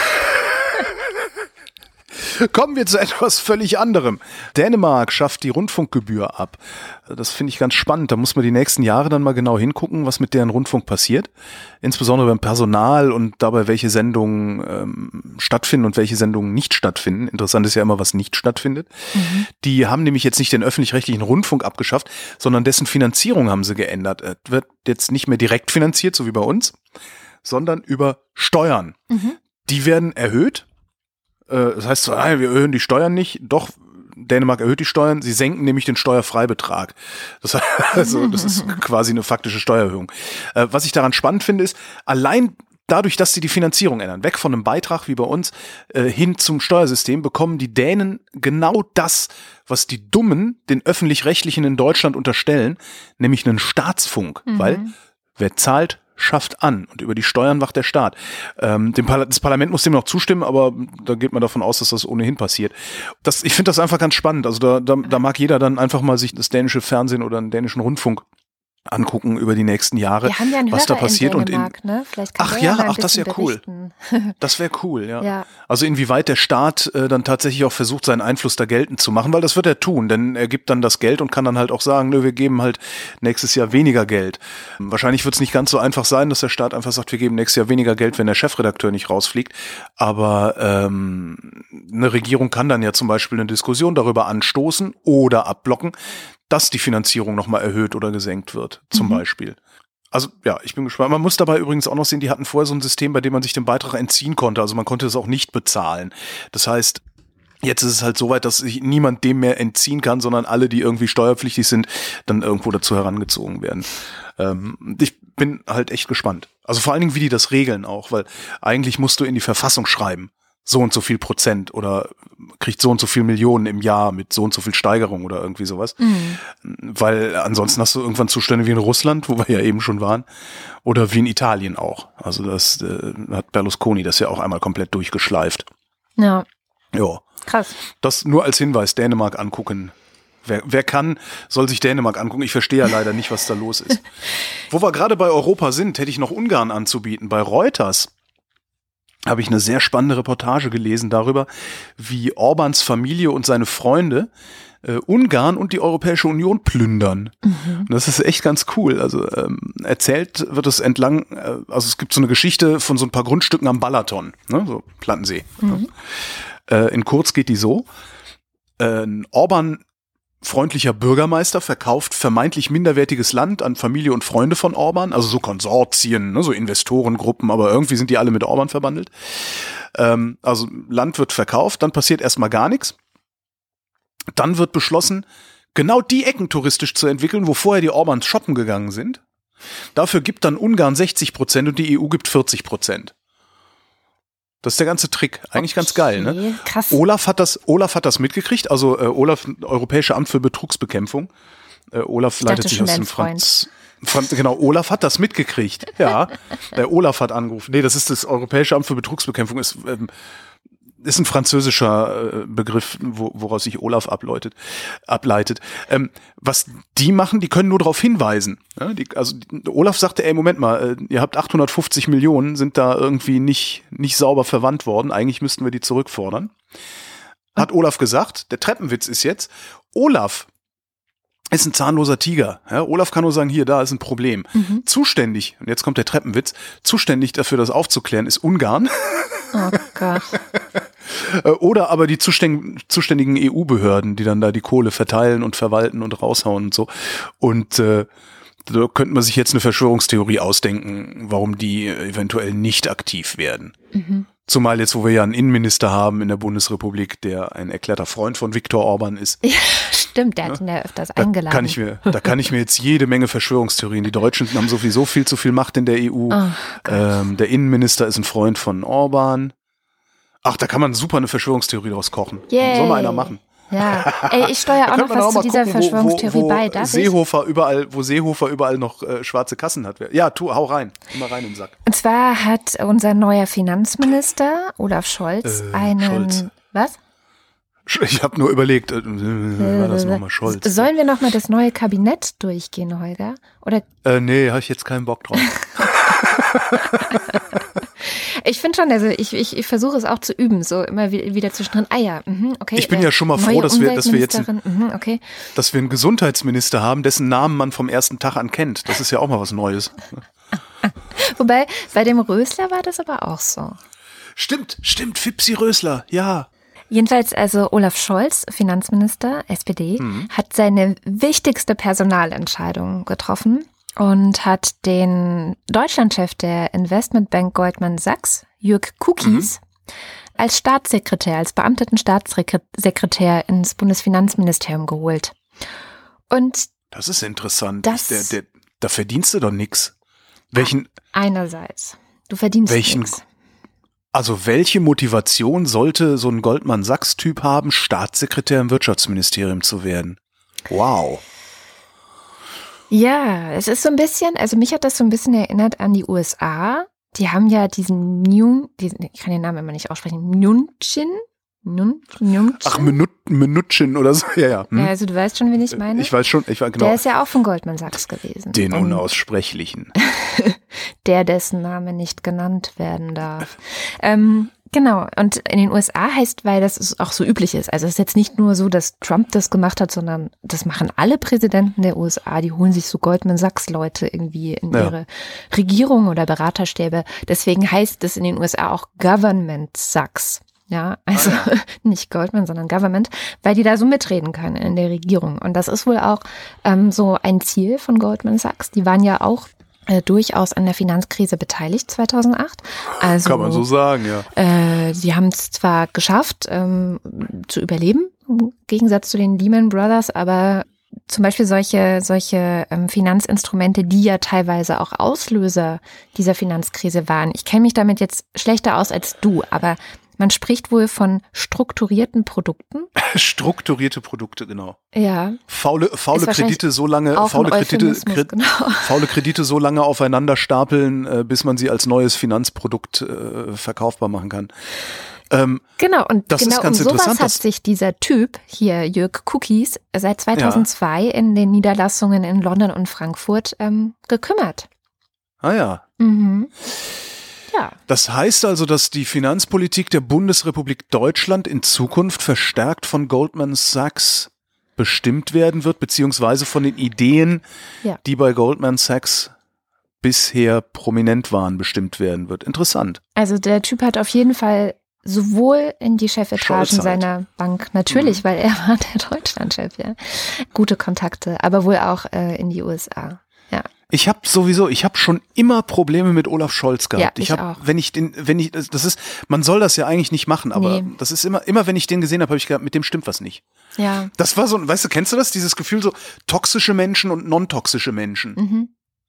Kommen wir zu etwas völlig anderem. Dänemark schafft die Rundfunkgebühr ab. Das finde ich ganz spannend. Da muss man die nächsten Jahre dann mal genau hingucken, was mit deren Rundfunk passiert. Insbesondere beim Personal und dabei, welche Sendungen ähm, stattfinden und welche Sendungen nicht stattfinden. Interessant ist ja immer, was nicht stattfindet. Mhm. Die haben nämlich jetzt nicht den öffentlich-rechtlichen Rundfunk abgeschafft, sondern dessen Finanzierung haben sie geändert. Es wird jetzt nicht mehr direkt finanziert, so wie bei uns, sondern über Steuern. Mhm. Die werden erhöht. Das heißt, wir erhöhen die Steuern nicht, doch Dänemark erhöht die Steuern, sie senken nämlich den Steuerfreibetrag. Das, also, das ist quasi eine faktische Steuererhöhung. Was ich daran spannend finde, ist, allein dadurch, dass sie die Finanzierung ändern, weg von einem Beitrag wie bei uns hin zum Steuersystem, bekommen die Dänen genau das, was die Dummen den Öffentlich-Rechtlichen in Deutschland unterstellen, nämlich einen Staatsfunk. Mhm. Weil wer zahlt, schafft an und über die Steuern wacht der Staat. Ähm, dem Parla- das Parlament muss dem noch zustimmen, aber da geht man davon aus, dass das ohnehin passiert. Das, ich finde das einfach ganz spannend. Also da, da, da mag jeder dann einfach mal sich das dänische Fernsehen oder den dänischen Rundfunk angucken über die nächsten Jahre, Wir haben ja einen was da Hörer passiert. in Dänemark, und in, ne? Vielleicht kann ach der ja, mal ein ach das wäre cool. Das wäre cool, ja. ja. Also inwieweit der Staat äh, dann tatsächlich auch versucht, seinen Einfluss da geltend zu machen, weil das wird er tun, denn er gibt dann das Geld und kann dann halt auch sagen, nö, wir geben halt nächstes Jahr weniger Geld. Wahrscheinlich wird es nicht ganz so einfach sein, dass der Staat einfach sagt, wir geben nächstes Jahr weniger Geld, wenn der Chefredakteur nicht rausfliegt. Aber ähm, eine Regierung kann dann ja zum Beispiel eine Diskussion darüber anstoßen oder abblocken, dass die Finanzierung nochmal erhöht oder gesenkt wird, zum mhm. Beispiel. Also ja, ich bin gespannt. Man muss dabei übrigens auch noch sehen, die hatten vorher so ein System, bei dem man sich den Beitrag entziehen konnte. Also man konnte es auch nicht bezahlen. Das heißt, Jetzt ist es halt so weit, dass sich niemand dem mehr entziehen kann, sondern alle, die irgendwie steuerpflichtig sind, dann irgendwo dazu herangezogen werden. Ähm, ich bin halt echt gespannt. Also vor allen Dingen, wie die das regeln auch, weil eigentlich musst du in die Verfassung schreiben, so und so viel Prozent oder kriegt so und so viel Millionen im Jahr mit so und so viel Steigerung oder irgendwie sowas. Mhm. Weil ansonsten hast du irgendwann Zustände wie in Russland, wo wir ja eben schon waren, oder wie in Italien auch. Also das äh, hat Berlusconi das ja auch einmal komplett durchgeschleift. Ja. Ja. Krass. Das nur als Hinweis, Dänemark angucken. Wer, wer kann, soll sich Dänemark angucken. Ich verstehe ja leider nicht, was da los ist. Wo wir gerade bei Europa sind, hätte ich noch Ungarn anzubieten. Bei Reuters habe ich eine sehr spannende Reportage gelesen darüber, wie Orbáns Familie und seine Freunde äh, Ungarn und die Europäische Union plündern. Mhm. Und das ist echt ganz cool. Also ähm, erzählt wird es entlang, äh, also es gibt so eine Geschichte von so ein paar Grundstücken am Balaton, ne, so Plattensee. Mhm. Äh, in kurz geht die so. Äh, ein Orbán freundlicher Bürgermeister verkauft vermeintlich minderwertiges Land an Familie und Freunde von Orbán, also so Konsortien, ne, so Investorengruppen, aber irgendwie sind die alle mit Orbán verbandelt. Ähm, also Land wird verkauft, dann passiert erstmal gar nichts. Dann wird beschlossen, genau die Ecken touristisch zu entwickeln, wo vorher die Orbáns shoppen gegangen sind. Dafür gibt dann Ungarn sechzig Prozent und die E U gibt vierzig Prozent. Das ist der ganze Trick. Eigentlich okay, ganz geil, ne? Krass. Olaf hat das, Olaf hat das mitgekriegt. Also äh, Olaf, Europäische Amt für Betrugsbekämpfung. Äh, Olaf ich leitet sich aus dem Franz. Franz genau, Olaf hat das mitgekriegt. Ja, der Olaf hat angerufen. Nee, das ist das Europäische Amt für Betrugsbekämpfung. Ist ähm, ist ein französischer äh, Begriff, wo, woraus sich Olaf ableitet. ableitet. Ähm, was die machen, die können nur darauf hinweisen. Ja, die, also die, Olaf sagte, ey, Moment mal, äh, ihr habt achthundertfünfzig Millionen, sind da irgendwie nicht nicht sauber verwandt worden. Eigentlich müssten wir die zurückfordern. Hat Olaf gesagt. Der Treppenwitz ist jetzt, Olaf ist ein zahnloser Tiger. Ja, Olaf kann nur sagen, hier, da ist ein Problem. Mhm. Zuständig, und jetzt kommt der Treppenwitz, zuständig dafür, das aufzuklären, ist Ungarn. Oh Gott. Oder aber die zuständigen E U-Behörden, die dann da die Kohle verteilen und verwalten und raushauen und so. Und äh, da könnte man sich jetzt eine Verschwörungstheorie ausdenken, warum die eventuell nicht aktiv werden. Mhm. Zumal jetzt, wo wir ja einen Innenminister haben in der Bundesrepublik, der ein erklärter Freund von Viktor Orbán ist. Ja, stimmt, der hat ihn ja öfters da eingeladen. Kann ich mir, da kann ich mir jetzt jede Menge Verschwörungstheorien. Die Deutschen haben sowieso viel zu viel Macht in der E U. Oh, ähm, der Innenminister ist ein Freund von Orbán. Ach, da kann man super eine Verschwörungstheorie draus kochen. Yay. Soll mal einer machen. Ja, ey, ich steuere auch noch was auch zu dieser gucken, Verschwörungstheorie wo, wo, wo bei. Darf Seehofer ich? überall, wo Seehofer überall noch äh, schwarze Kassen hat. Ja, tu, hau rein. Immer rein im Sack. Und zwar hat unser neuer Finanzminister, Olaf Scholz, äh, einen... Scholz. Was? Ich habe nur überlegt, äh, war das nochmal Scholz? Sollen wir nochmal das neue Kabinett durchgehen, Holger? Oder? Äh, nee, habe ich jetzt keinen Bock drauf. Ich finde schon, also ich, ich, ich versuche es auch zu üben, so immer wieder zwischendrin. Ah ja, mhm, okay. Ich bin ja schon mal froh, dass wir, dass wir jetzt, ein, mhm, okay. dass wir einen Gesundheitsminister haben, dessen Namen man vom ersten Tag an kennt. Das ist ja auch mal was Neues. Wobei, bei dem Rösler war das aber auch so. Stimmt, stimmt, Fipsi Rösler, ja. Jedenfalls, also Olaf Scholz, Finanzminister, S P D, mhm. hat seine wichtigste Personalentscheidung getroffen und hat den Deutschlandchef der Investmentbank Goldman Sachs, Jürg Kukis, mhm. als Staatssekretär, als beamteten Staatssekretär ins Bundesfinanzministerium geholt. Und das ist interessant. Das der, der, da verdienst du doch nix. Welchen? Einerseits. Du verdienst welchen, nichts. Also welche Motivation sollte so ein Goldman Sachs-Typ haben, Staatssekretär im Wirtschaftsministerium zu werden? Wow. Ja, es ist so ein bisschen, also mich hat das so ein bisschen erinnert an die U S A. Die haben ja diesen New, diesen, ich kann den Namen immer nicht aussprechen, Mnuchin? Mnuchin? Ach, Mnuchin oder so, ja, ja. Hm. Ja, also du weißt schon, wen ich meine. Ich weiß schon, ich weiß genau. Der ist ja auch von Goldman Sachs gewesen. Den Unaussprechlichen. Der, dessen Name nicht genannt werden darf. ähm, genau, und in den U S A heißt, weil das auch so üblich ist, also es ist jetzt nicht nur so, dass Trump das gemacht hat, sondern das machen alle Präsidenten der U S A, die holen sich so Goldman Sachs Leute irgendwie in ja. ihre Regierung oder Beraterstäbe. Deswegen heißt es in den U S A auch Government Sachs. Ja, also ah, ja. nicht Goldman, sondern Government, weil die da so mitreden können in der Regierung. Und das ist wohl auch ähm, so ein Ziel von Goldman Sachs. Die waren ja auch äh, durchaus an der Finanzkrise beteiligt zweitausendacht. Also, kann man so sagen, ja. Äh, sie haben es zwar geschafft, ähm, zu überleben, im Gegensatz zu den Lehman Brothers, aber zum Beispiel solche, solche ähm, Finanzinstrumente, die ja teilweise auch Auslöser dieser Finanzkrise waren. Ich kenne mich damit jetzt schlechter aus als du, aber man spricht wohl von strukturierten Produkten. Strukturierte Produkte, genau. Ja. Faule, faule Kredite so lange, faule Kredite, Kredite, genau. faule Kredite so lange aufeinander stapeln, äh, bis man sie als neues Finanzprodukt äh, verkaufbar machen kann. Ähm, genau, und das genau ist ganz um sowas interessant, hat sich dieser Typ hier, Jörg Cookies, seit zweitausendzwei ja. in den Niederlassungen in London und Frankfurt ähm, gekümmert. Ah ja. Mhm. Ja. Das heißt also, dass die Finanzpolitik der Bundesrepublik Deutschland in Zukunft verstärkt von Goldman Sachs bestimmt werden wird, beziehungsweise von den Ideen, ja. die bei Goldman Sachs bisher prominent waren, bestimmt werden wird. Interessant. Also der Typ hat auf jeden Fall sowohl in die Chefetagen Stolzheit. seiner Bank, natürlich, mhm. weil er war der Deutschlandchef, ja, gute Kontakte, aber wohl auch äh, in die U S A, ja. Ich habe sowieso, ich habe schon immer Probleme mit Olaf Scholz gehabt. Ja, ich ich habe, wenn ich den, wenn ich, das ist, man soll das ja eigentlich nicht machen, aber nee. das ist immer, immer wenn ich den gesehen habe, habe ich gedacht, mit dem stimmt was nicht. Ja. Das war so, weißt du, kennst du das, dieses Gefühl so toxische Menschen und non-toxische Menschen? Mhm.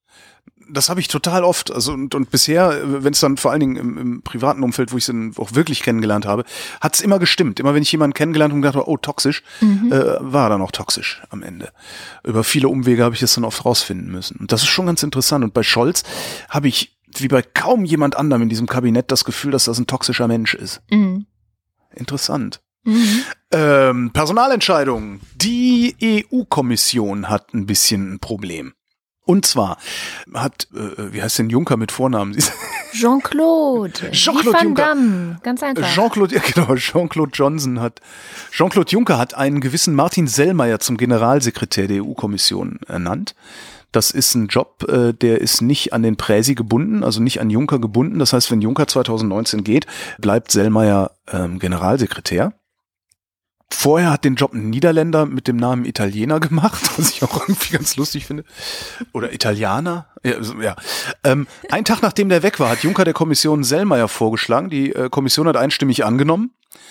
Das habe ich total oft. Also und, und bisher, wenn es dann vor allen Dingen im, im privaten Umfeld, wo ich es auch wirklich kennengelernt habe, hat es immer gestimmt. Immer wenn ich jemanden kennengelernt habe und gedacht habe, oh, toxisch, mhm. äh, war er dann auch toxisch am Ende. Über viele Umwege habe ich es dann oft rausfinden müssen. Und das ist schon ganz interessant. Und bei Scholz habe ich, wie bei kaum jemand anderem in diesem Kabinett, das Gefühl, dass das ein toxischer Mensch ist. Mhm. Interessant. Mhm. Ähm, Personalentscheidungen. Die E U-Kommission hat ein bisschen ein Problem. Und zwar hat, äh, wie heißt denn Juncker mit Vornamen? Jean-Claude. Jean-Claude Van Juncker. Damme. Ganz einfach. Jean-Claude, ja genau, Jean-Claude Johnson hat, Jean-Claude Juncker hat einen gewissen Martin Sellmeier zum Generalsekretär der E U-Kommission ernannt. Das ist ein Job, äh, der ist nicht an den Präsi gebunden, also nicht an Juncker gebunden. Das heißt, wenn Juncker zweitausendneunzehn geht, bleibt Sellmeier ähm, Generalsekretär. Vorher hat den Job ein Niederländer mit dem Namen Italiener gemacht, was ich auch irgendwie ganz lustig finde. Oder Italiener. Ja, ja. Ähm, ein Tag nachdem der weg war, hat Juncker der Kommission Sellmeier vorgeschlagen. Die äh, Kommission hat einstimmig angenommen.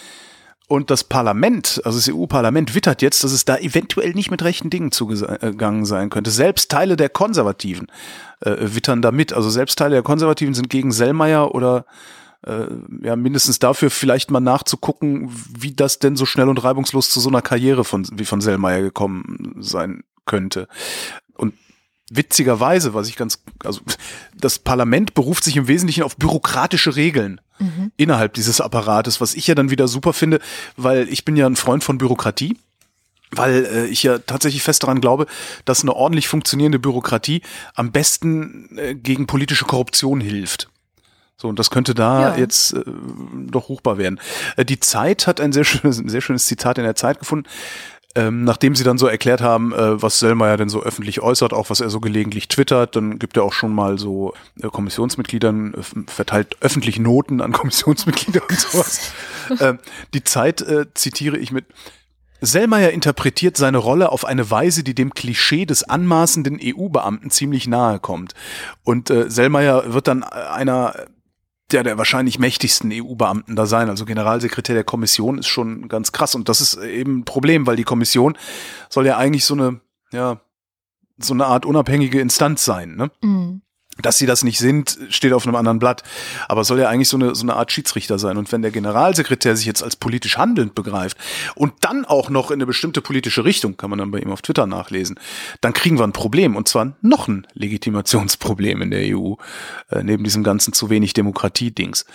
Und das Parlament, also das E U-Parlament, wittert jetzt, dass es da eventuell nicht mit rechten Dingen zugegangen sein könnte. Selbst Teile der Konservativen äh, wittern da mit. Also selbst Teile der Konservativen sind gegen Sellmeier oder Äh, ja, mindestens dafür vielleicht mal nachzugucken, wie das denn so schnell und reibungslos zu so einer Karriere von, wie von Sellmeier gekommen sein könnte. Und witzigerweise, was ich ganz, also das Parlament beruft sich im Wesentlichen auf bürokratische Regeln mhm. innerhalb dieses Apparates, was ich ja dann wieder super finde, weil ich bin ja ein Freund von Bürokratie. Weil äh, ich ja tatsächlich fest daran glaube, dass eine ordentlich funktionierende Bürokratie am besten äh, gegen politische Korruption hilft. So, und das könnte da ja. jetzt äh, doch ruchbar werden. Äh, die Zeit hat ein sehr schönes, ein sehr schönes Zitat in der Zeit gefunden, ähm, nachdem sie dann so erklärt haben, äh, was Sellmeier denn so öffentlich äußert, auch was er so gelegentlich twittert, dann gibt er auch schon mal so äh, Kommissionsmitgliedern, äh, verteilt öffentlich Noten an Kommissionsmitglieder und sowas. äh, die Zeit äh, zitiere ich mit: Sellmeier interpretiert seine Rolle auf eine Weise, die dem Klischee des anmaßenden E U-Beamten ziemlich nahe kommt. Und äh, Sellmeier wird dann einer der der wahrscheinlich mächtigsten E U-Beamten da sein. Also Generalsekretär der Kommission ist schon ganz krass. Und das ist eben ein Problem, weil die Kommission soll ja eigentlich so eine, ja, so eine Art unabhängige Instanz sein, ne? Mhm. Dass sie das nicht sind, steht auf einem anderen Blatt. Aber es soll ja eigentlich so eine, so eine Art Schiedsrichter sein. Und wenn der Generalsekretär sich jetzt als politisch handelnd begreift und dann auch noch in eine bestimmte politische Richtung, kann man dann bei ihm auf Twitter nachlesen, dann kriegen wir ein Problem. Und zwar noch ein Legitimationsproblem in der E U, äh, neben diesem ganzen zu wenig Demokratie-Dings.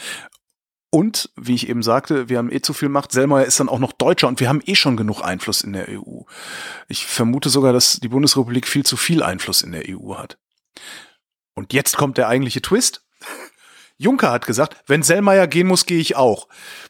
Und, wie ich eben sagte, wir haben eh zu viel Macht. Sellmeier ist dann auch noch Deutscher und wir haben eh schon genug Einfluss in der E U. Ich vermute sogar, dass die Bundesrepublik viel zu viel Einfluss in der E U hat. Und jetzt kommt der eigentliche Twist. Juncker hat gesagt, wenn Sellmeier gehen muss, gehe ich auch.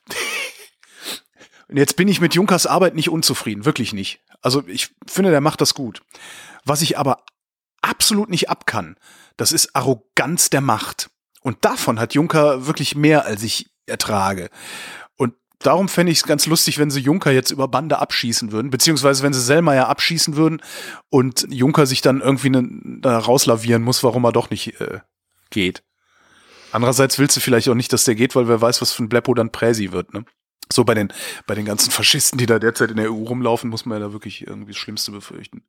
Und jetzt bin ich mit Junckers Arbeit nicht unzufrieden, wirklich nicht. Also ich finde, der macht das gut. Was ich aber absolut nicht abkann, das ist Arroganz der Macht. Und davon hat Juncker wirklich mehr, als ich ertrage. Und darum fände ich es ganz lustig, wenn sie Juncker jetzt über Bande abschießen würden, beziehungsweise wenn sie Sellmeier abschießen würden und Juncker sich dann irgendwie ne, da rauslavieren muss, warum er doch nicht äh, geht. Andererseits willst du vielleicht auch nicht, dass der geht, weil wer weiß, was für ein Bleppo dann Präsi wird, ne? So bei den, bei den ganzen Faschisten, die da derzeit in der E U rumlaufen, muss man ja da wirklich irgendwie das Schlimmste befürchten.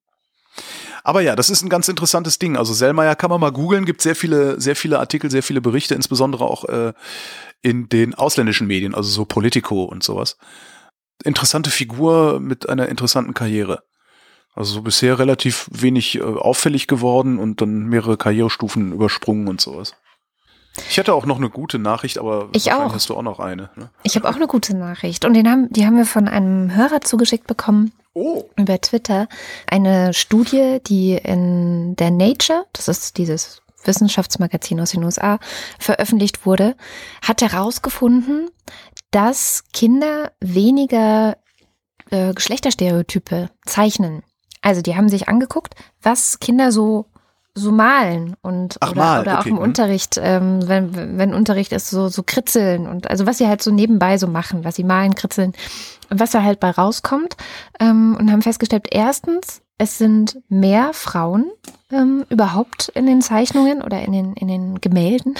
Aber ja, das ist ein ganz interessantes Ding. Also Sellmeier kann man mal googeln, gibt sehr viele, sehr viele Artikel, sehr viele Berichte, insbesondere auch äh, in den ausländischen Medien, also so Politico und sowas. Interessante Figur mit einer interessanten Karriere. Also so bisher relativ wenig äh, auffällig geworden und dann mehrere Karrierestufen übersprungen und sowas. Ich hätte auch noch eine gute Nachricht, aber ich wahrscheinlich auch. hast du auch noch eine. Ne? Ich habe auch eine gute Nachricht und den haben, die haben wir von einem Hörer zugeschickt bekommen. Oh. Über Twitter. Eine Studie, die in der Nature, das ist dieses Wissenschaftsmagazin aus den U S A, veröffentlicht wurde, hat herausgefunden, dass Kinder weniger äh, Geschlechterstereotype zeichnen. Also die haben sich angeguckt, was Kinder so so malen und Ach, oder, mal, oder auch okay. im Unterricht, ähm, wenn wenn Unterricht ist, so so kritzeln und also was sie halt so nebenbei so machen, was sie malen, kritzeln und was da halt bei rauskommt, ähm, und haben festgestellt, erstens, es sind mehr Frauen ähm, überhaupt in den Zeichnungen oder in den in den Gemälden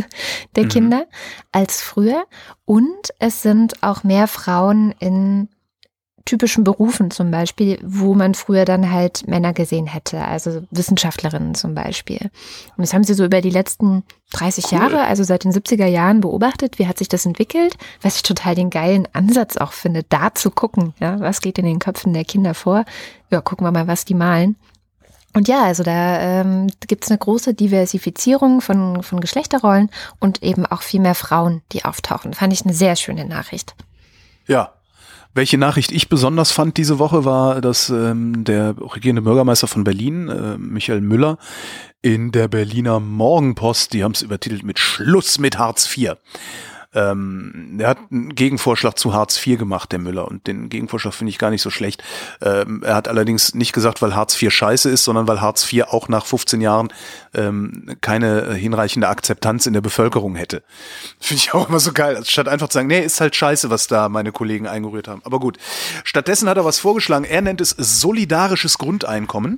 der Mhm. Kinder als früher und es sind auch mehr Frauen in typischen Berufen zum Beispiel, wo man früher dann halt Männer gesehen hätte, also Wissenschaftlerinnen zum Beispiel. Und das haben sie so über die letzten dreißig Cool. Jahre, also seit den siebziger Jahren beobachtet, wie hat sich das entwickelt, was ich total den geilen Ansatz auch finde, da zu gucken, ja, was geht in den Köpfen der Kinder vor, ja, gucken wir mal, was die malen. Und ja, also da ähm, gibt es eine große Diversifizierung von, von Geschlechterrollen und eben auch viel mehr Frauen, die auftauchen. Fand ich eine sehr schöne Nachricht. Ja. Welche Nachricht ich besonders fand diese Woche war, dass ähm, der regierende Bürgermeister von Berlin, äh, Michael Müller, in der Berliner Morgenpost, die haben es übertitelt mit Schluss mit Hartz vier. Ähm, er hat einen Gegenvorschlag zu Hartz vier gemacht, der Müller, und den Gegenvorschlag finde ich gar nicht so schlecht. Ähm, er hat allerdings nicht gesagt, weil Hartz vier scheiße ist, sondern weil Hartz vier auch nach fünfzehn Jahren ähm, keine hinreichende Akzeptanz in der Bevölkerung hätte. Finde ich auch immer so geil, also statt einfach zu sagen, nee, ist halt scheiße, was da meine Kollegen eingerührt haben. Aber gut, stattdessen hat er was vorgeschlagen. Er nennt es solidarisches Grundeinkommen.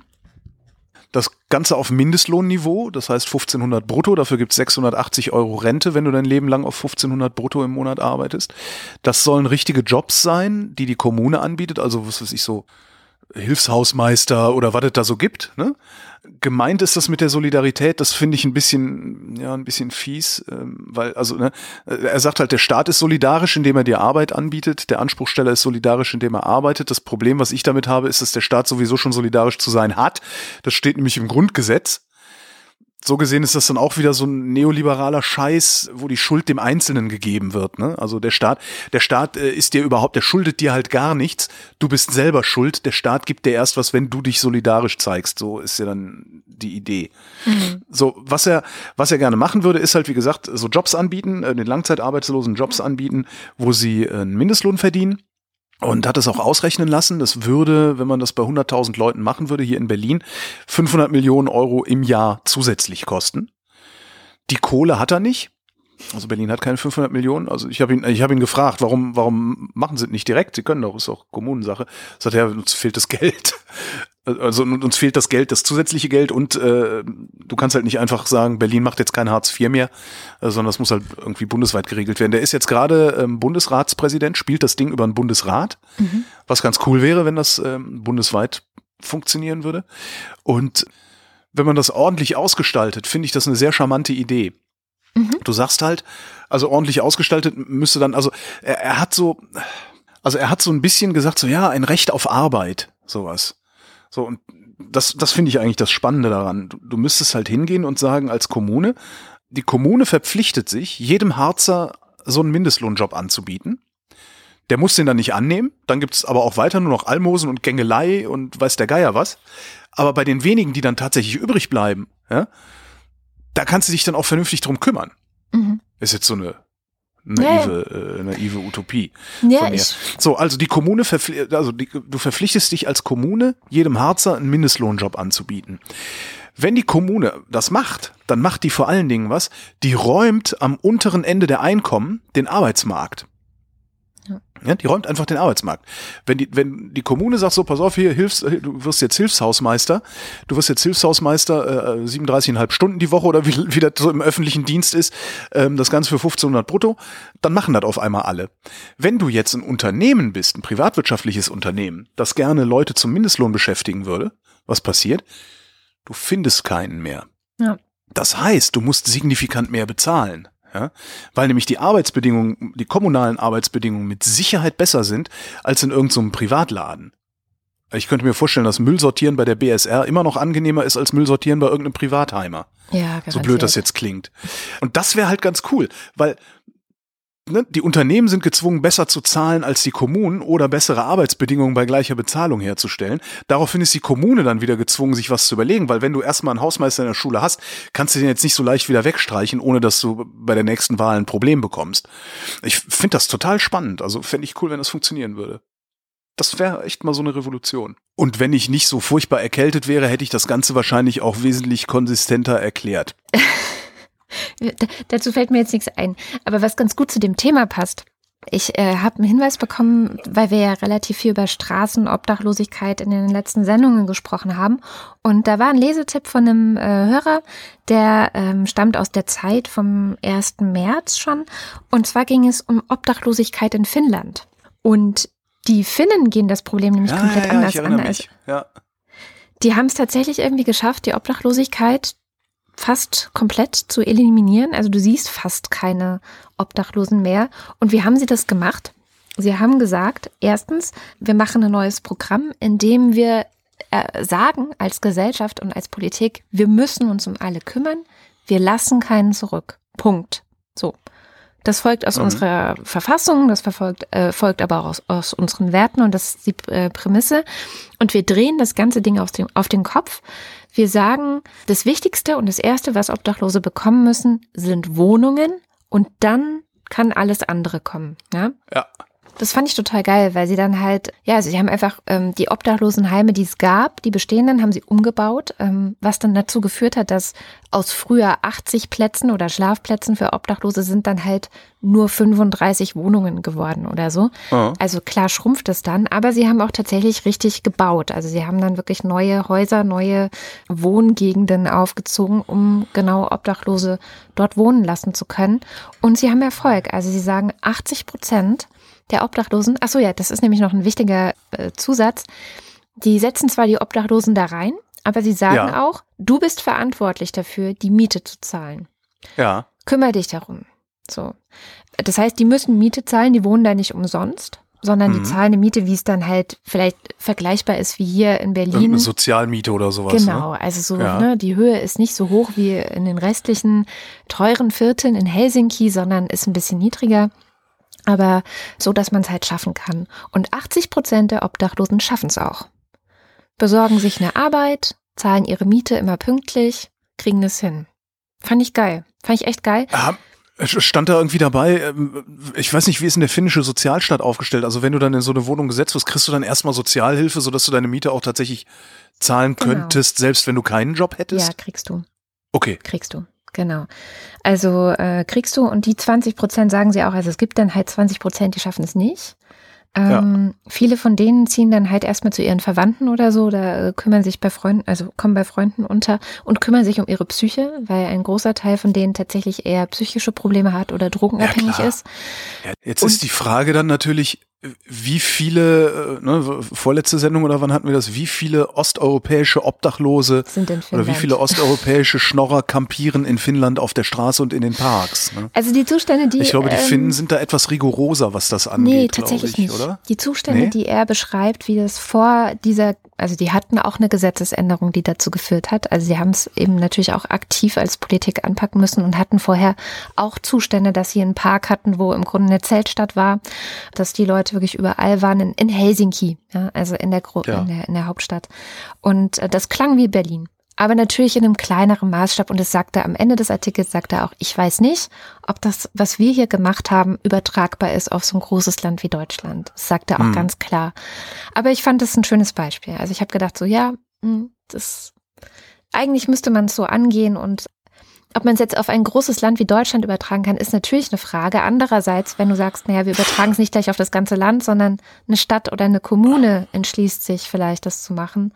Das Ganze auf Mindestlohnniveau, das heißt fünfzehnhundert brutto, dafür gibt's sechshundertachtzig Euro Rente, wenn du dein Leben lang auf fünfzehnhundert brutto im Monat arbeitest. Das sollen richtige Jobs sein, die die Kommune anbietet, also was weiß ich, so Hilfshausmeister oder was es da so gibt, ne? Gemeint ist das mit der Solidarität, das finde ich ein bisschen, ja, ein bisschen fies, ähm, weil, also, ne, er sagt halt, der Staat ist solidarisch, indem er dir Arbeit anbietet, der Anspruchsteller ist solidarisch, indem er arbeitet. Das Problem, was ich damit habe, ist, dass der Staat sowieso schon solidarisch zu sein hat. Das steht nämlich im Grundgesetz. So gesehen ist das dann auch wieder so ein neoliberaler Scheiß, wo die Schuld dem Einzelnen gegeben wird, ne? Also der Staat, der Staat äh, ist dir überhaupt, der schuldet dir halt gar nichts. Du bist selber schuld. Der Staat gibt dir erst was, wenn du dich solidarisch zeigst. So ist ja dann die Idee. Mhm. So, was er, was er gerne machen würde, ist halt, wie gesagt, so Jobs anbieten, äh, den Langzeitarbeitslosen Jobs anbieten, wo sie äh, einen Mindestlohn verdienen. Und hat es auch ausrechnen lassen, das würde, wenn man das bei hunderttausend Leuten machen würde, hier in Berlin, fünfhundert Millionen Euro im Jahr zusätzlich kosten. Die Kohle hat er nicht. Also Berlin hat keine fünfhundert Millionen. Also ich habe ihn, ich habe ihn gefragt, warum, warum machen sie es nicht direkt? Sie können doch, ist auch Kommunensache. Sagt er, uns fehlt das Geld. Also uns fehlt das Geld, das zusätzliche Geld, und äh, du kannst halt nicht einfach sagen, Berlin macht jetzt kein Hartz vier mehr, äh, sondern das muss halt irgendwie bundesweit geregelt werden. Der ist jetzt gerade ähm, Bundesratspräsident, spielt das Ding über einen Bundesrat, mhm. was ganz cool wäre, wenn das ähm, bundesweit funktionieren würde. Und wenn man das ordentlich ausgestaltet, finde ich das eine sehr charmante Idee. Mhm. Du sagst halt, also ordentlich ausgestaltet müsste dann, also er, er hat so, also er hat so ein bisschen gesagt, so ja, ein Recht auf Arbeit, sowas. So, und das, das finde ich eigentlich das Spannende daran. Du, du müsstest halt hingehen und sagen, als Kommune, die Kommune verpflichtet sich, jedem Harzer so einen Mindestlohnjob anzubieten. Der muss den dann nicht annehmen. Dann gibt's aber auch weiter nur noch Almosen und Gängelei und weiß der Geier was. Aber bei den wenigen, die dann tatsächlich übrig bleiben, ja, da kannst du dich dann auch vernünftig drum kümmern. Mhm. Ist jetzt so eine naive, ja, ja. Äh, naive Utopie. Ja, von mir. ich So, also die Kommune, verpfli- also die, du verpflichtest dich als Kommune, jedem Harzer einen Mindestlohnjob anzubieten. Wenn die Kommune das macht, dann macht die vor allen Dingen was, die räumt am unteren Ende der Einkommen den Arbeitsmarkt. Ja. Ja, die räumt einfach den Arbeitsmarkt. Wenn die, wenn die Kommune sagt, so, pass auf, hier, hilfst, du wirst jetzt Hilfshausmeister, du wirst jetzt Hilfshausmeister, äh, siebenunddreißig Komma fünf Stunden die Woche oder wie, wie das so im öffentlichen Dienst ist, ähm, das Ganze für fünfzehnhundert brutto, dann machen das auf einmal alle. Wenn du jetzt ein Unternehmen bist, ein privatwirtschaftliches Unternehmen, das gerne Leute zum Mindestlohn beschäftigen würde, was passiert? Du findest keinen mehr. Ja. Das heißt, du musst signifikant mehr bezahlen. Ja, weil nämlich die Arbeitsbedingungen, die kommunalen Arbeitsbedingungen mit Sicherheit besser sind als in irgendeinem Privatladen. Ich könnte mir vorstellen, dass Müllsortieren bei der B S R immer noch angenehmer ist als Müllsortieren bei irgendeinem Privatheimer. Ja, garantiert. So blöd das jetzt klingt. Und das wäre halt ganz cool, weil ne, die Unternehmen sind gezwungen, besser zu zahlen als die Kommunen oder bessere Arbeitsbedingungen bei gleicher Bezahlung herzustellen. Daraufhin ist die Kommune dann wieder gezwungen, sich was zu überlegen, weil wenn du erstmal einen Hausmeister in der Schule hast, kannst du den jetzt nicht so leicht wieder wegstreichen, ohne dass du bei der nächsten Wahl ein Problem bekommst. Ich finde das total spannend. Also fände ich cool, wenn das funktionieren würde. Das wäre echt mal so eine Revolution. Und wenn ich nicht so furchtbar erkältet wäre, hätte ich das Ganze wahrscheinlich auch wesentlich konsistenter erklärt. D- dazu fällt mir jetzt nichts ein. Aber was ganz gut zu dem Thema passt, ich äh, habe einen Hinweis bekommen, weil wir ja relativ viel über Straßenobdachlosigkeit in den letzten Sendungen gesprochen haben. Und da war ein Lesetipp von einem äh, Hörer, der ähm, stammt aus der Zeit vom ersten März schon. Und zwar ging es um Obdachlosigkeit in Finnland. Und die Finnen gehen das Problem nämlich ja, komplett ja, ja, anders ich erinnere an. mich. Ja. Die haben es tatsächlich irgendwie geschafft, die Obdachlosigkeit fast komplett zu eliminieren. Also du siehst fast keine Obdachlosen mehr. Und wie haben sie das gemacht? Sie haben gesagt, erstens, wir machen ein neues Programm, in dem wir äh, sagen als Gesellschaft und als Politik, wir müssen uns um alle kümmern, wir lassen keinen zurück. Punkt. So. Das folgt aus mhm. unserer Verfassung, das verfolgt, äh, folgt aber auch aus, aus unseren Werten und das ist die äh, Prämisse. Und wir drehen das ganze Ding auf den, auf den Kopf. Wir sagen, das Wichtigste und das Erste, was Obdachlose bekommen müssen, sind Wohnungen und dann kann alles andere kommen. Ja. Ja. Das fand ich total geil, weil sie dann halt, ja, also sie haben einfach ähm, die Obdachlosenheime, die es gab, die bestehenden, haben sie umgebaut, ähm, was dann dazu geführt hat, dass aus früher achtzig Plätzen oder Schlafplätzen für Obdachlose sind dann halt nur fünfunddreißig Wohnungen geworden oder so. Oh. Also klar schrumpft es dann, aber sie haben auch tatsächlich richtig gebaut. Also sie haben dann wirklich neue Häuser, neue Wohngegenden aufgezogen, um genau Obdachlose dort wohnen lassen zu können. Und sie haben Erfolg. Also sie sagen, achtzig Prozent der Obdachlosen, ach so ja, das ist nämlich noch ein wichtiger äh, Zusatz, die setzen zwar die Obdachlosen da rein, aber sie sagen ja. auch, du bist verantwortlich dafür, die Miete zu zahlen. Ja. Kümmere dich darum. So. Das heißt, die müssen Miete zahlen, die wohnen da nicht umsonst, sondern mhm. die zahlen eine Miete, wie es dann halt vielleicht vergleichbar ist wie hier in Berlin. Eine Sozialmiete oder sowas. Genau, ne? also so, ja. ne, die Höhe ist nicht so hoch wie in den restlichen teuren Vierteln in Helsinki, sondern ist ein bisschen niedriger. Aber so, dass man es halt schaffen kann. Und achtzig Prozent der Obdachlosen schaffen es auch. Besorgen sich eine Arbeit, zahlen ihre Miete immer pünktlich, kriegen es hin. Fand ich geil. Fand ich echt geil. Aha. Stand da irgendwie dabei, ich weiß nicht, wie ist denn der finnische Sozialstaat aufgestellt? Also wenn du dann in so eine Wohnung gesetzt wirst, kriegst du dann erstmal Sozialhilfe, sodass du deine Miete auch tatsächlich zahlen genau. könntest, selbst wenn du keinen Job hättest? Ja, kriegst du. Okay. Kriegst du. Genau. Also äh, kriegst du und die zwanzig Prozent sagen sie auch, also es gibt dann halt zwanzig Prozent, die schaffen es nicht. Ähm, ja. Viele von denen ziehen dann halt erstmal zu ihren Verwandten oder so oder äh, kümmern sich bei Freunden, also kommen bei Freunden unter und kümmern sich um ihre Psyche, weil ein großer Teil von denen tatsächlich eher psychische Probleme hat oder drogenabhängig ja, ist. Ja, jetzt und ist die Frage dann natürlich, wie viele, ne, vorletzte Sendung oder wann hatten wir das, wie viele osteuropäische Obdachlose sind in Finnland. Oder wie viele osteuropäische Schnorrer kampieren in Finnland auf der Straße und in den Parks? Ne? Also die Zustände, die... Ich glaube, die ähm, Finnen sind da etwas rigoroser, was das angeht, Nee, tatsächlich ich, nicht. Oder? Die Zustände, nee? die er beschreibt, wie das vor dieser, also die hatten auch eine Gesetzesänderung, die dazu geführt hat. Also sie haben es eben natürlich auch aktiv als Politik anpacken müssen und hatten vorher auch Zustände, dass sie einen Park hatten, wo im Grunde eine Zeltstadt war, dass die Leute wirklich überall waren, in, in Helsinki, ja, also in der, Gro- ja. in der in der Hauptstadt. Und äh, das klang wie Berlin. Aber natürlich in einem kleineren Maßstab. Und es sagte am Ende des Artikels, sagte er auch, ich weiß nicht, ob das, was wir hier gemacht haben, übertragbar ist auf so ein großes Land wie Deutschland. Das sagte er auch hm. ganz klar. Aber ich fand das ein schönes Beispiel. Also ich habe gedacht so, ja, das eigentlich müsste man es so angehen und ob man es jetzt auf ein großes Land wie Deutschland übertragen kann, ist natürlich eine Frage. Andererseits, wenn du sagst, naja, wir übertragen es nicht gleich auf das ganze Land, sondern eine Stadt oder eine Kommune entschließt sich vielleicht, das zu machen.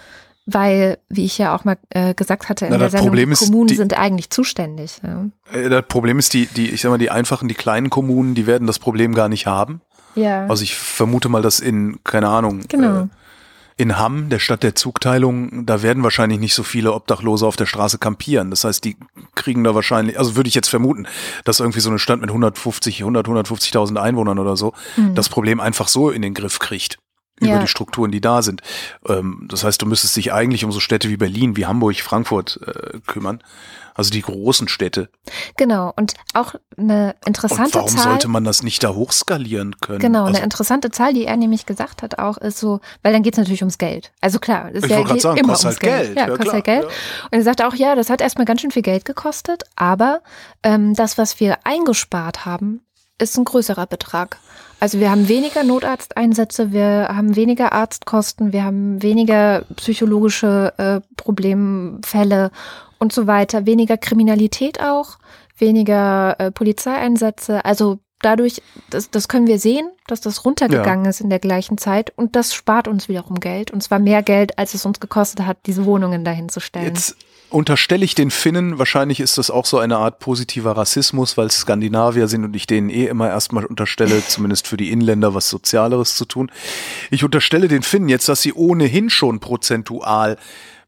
Weil, wie ich ja auch mal äh, gesagt hatte in Na, der Sendung, Problem die Kommunen die, sind eigentlich zuständig. Ja. Das Problem ist, die, die, ich sag mal, die einfachen, die kleinen Kommunen, die werden das Problem gar nicht haben. Ja. Also ich vermute mal, dass in, keine Ahnung, genau. äh, in Hamm, der Stadt der Zugteilung, da werden wahrscheinlich nicht so viele Obdachlose auf der Straße kampieren. Das heißt, die kriegen da wahrscheinlich, also würde ich jetzt vermuten, dass irgendwie so eine Stadt mit hundertfünfzig, hundert, hundertfünfzigtausend Einwohnern oder so mhm. das Problem einfach so in den Griff kriegt. Über ja. die Strukturen, die da sind. Ähm, das heißt, du müsstest dich eigentlich um so Städte wie Berlin, wie Hamburg, Frankfurt äh, kümmern. Also die großen Städte. Genau. Und auch eine interessante Zahl. Und warum Zahl, sollte man das nicht da hochskalieren können? Genau. Also, eine interessante Zahl, die er nämlich gesagt hat auch, ist so, weil dann geht es natürlich ums Geld. Also klar, es ich ja, wollte gerade sagen, immer kostet ums halt Geld. Geld. Ja, ja, kostet klar, halt Geld. Ja. Und er sagte auch, ja, das hat erstmal ganz schön viel Geld gekostet, aber ähm, das, was wir eingespart haben, ist ein größerer Betrag. Also wir haben weniger Notarzteinsätze, wir haben weniger Arztkosten, wir haben weniger psychologische äh, Problemfälle und so weiter, weniger Kriminalität auch, weniger äh, Polizeieinsätze. Also dadurch, das, das können wir sehen, dass das runtergegangen ja. ist in der gleichen Zeit und das spart uns wiederum Geld und zwar mehr Geld, als es uns gekostet hat, diese Wohnungen dahin zu stellen. Jetzt unterstelle ich den Finnen, wahrscheinlich ist das auch so eine Art positiver Rassismus, weil es Skandinavier sind und ich denen eh immer erstmal unterstelle, zumindest für die Inländer, was Sozialeres zu tun. Ich unterstelle den Finnen jetzt, dass sie ohnehin schon prozentual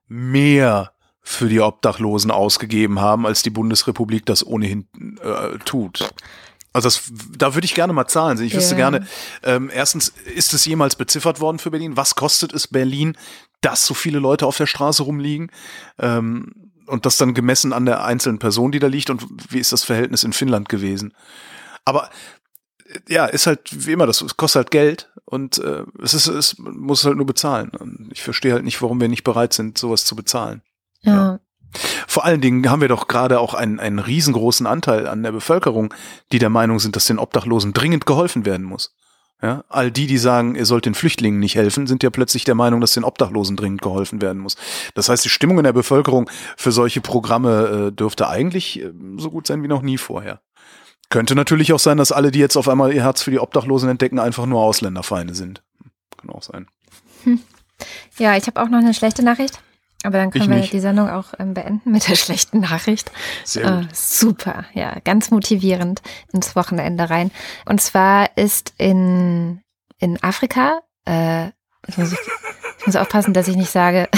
mehr für die Obdachlosen ausgegeben haben, als die Bundesrepublik das ohnehin äh, tut. Also das, da würde ich gerne mal Zahlen sehen. Ich wüsste yeah. gerne, ähm, erstens, ist es jemals beziffert worden für Berlin? Was kostet es Berlin, dass so viele Leute auf der Straße rumliegen? Ähm, und das dann gemessen an der einzelnen Person, die da liegt. Und wie ist das Verhältnis in Finnland gewesen? Aber ja, ist halt wie immer das. Es kostet halt Geld und äh, es ist, es muss halt nur bezahlen. Und ich verstehe halt nicht, warum wir nicht bereit sind, sowas zu bezahlen. Ja. ja. Vor allen Dingen haben wir doch gerade auch einen, einen riesengroßen Anteil an der Bevölkerung, die der Meinung sind, dass den Obdachlosen dringend geholfen werden muss. Ja, all die, die sagen, ihr sollt den Flüchtlingen nicht helfen, sind ja plötzlich der Meinung, dass den Obdachlosen dringend geholfen werden muss. Das heißt, die Stimmung in der Bevölkerung für solche Programme äh, dürfte eigentlich äh, so gut sein wie noch nie vorher. Könnte natürlich auch sein, dass alle, die jetzt auf einmal ihr Herz für die Obdachlosen entdecken, einfach nur Ausländerfeinde sind. Kann auch sein. Hm. Ja, ich habe auch noch eine schlechte Nachricht. Aber dann können wir die Sendung auch ähm, beenden mit der schlechten Nachricht. Sehr gut. Äh, super, ja, ganz motivierend ins Wochenende rein. Und zwar ist in, in Afrika, äh, ich muss, ich muss aufpassen, dass ich nicht sage...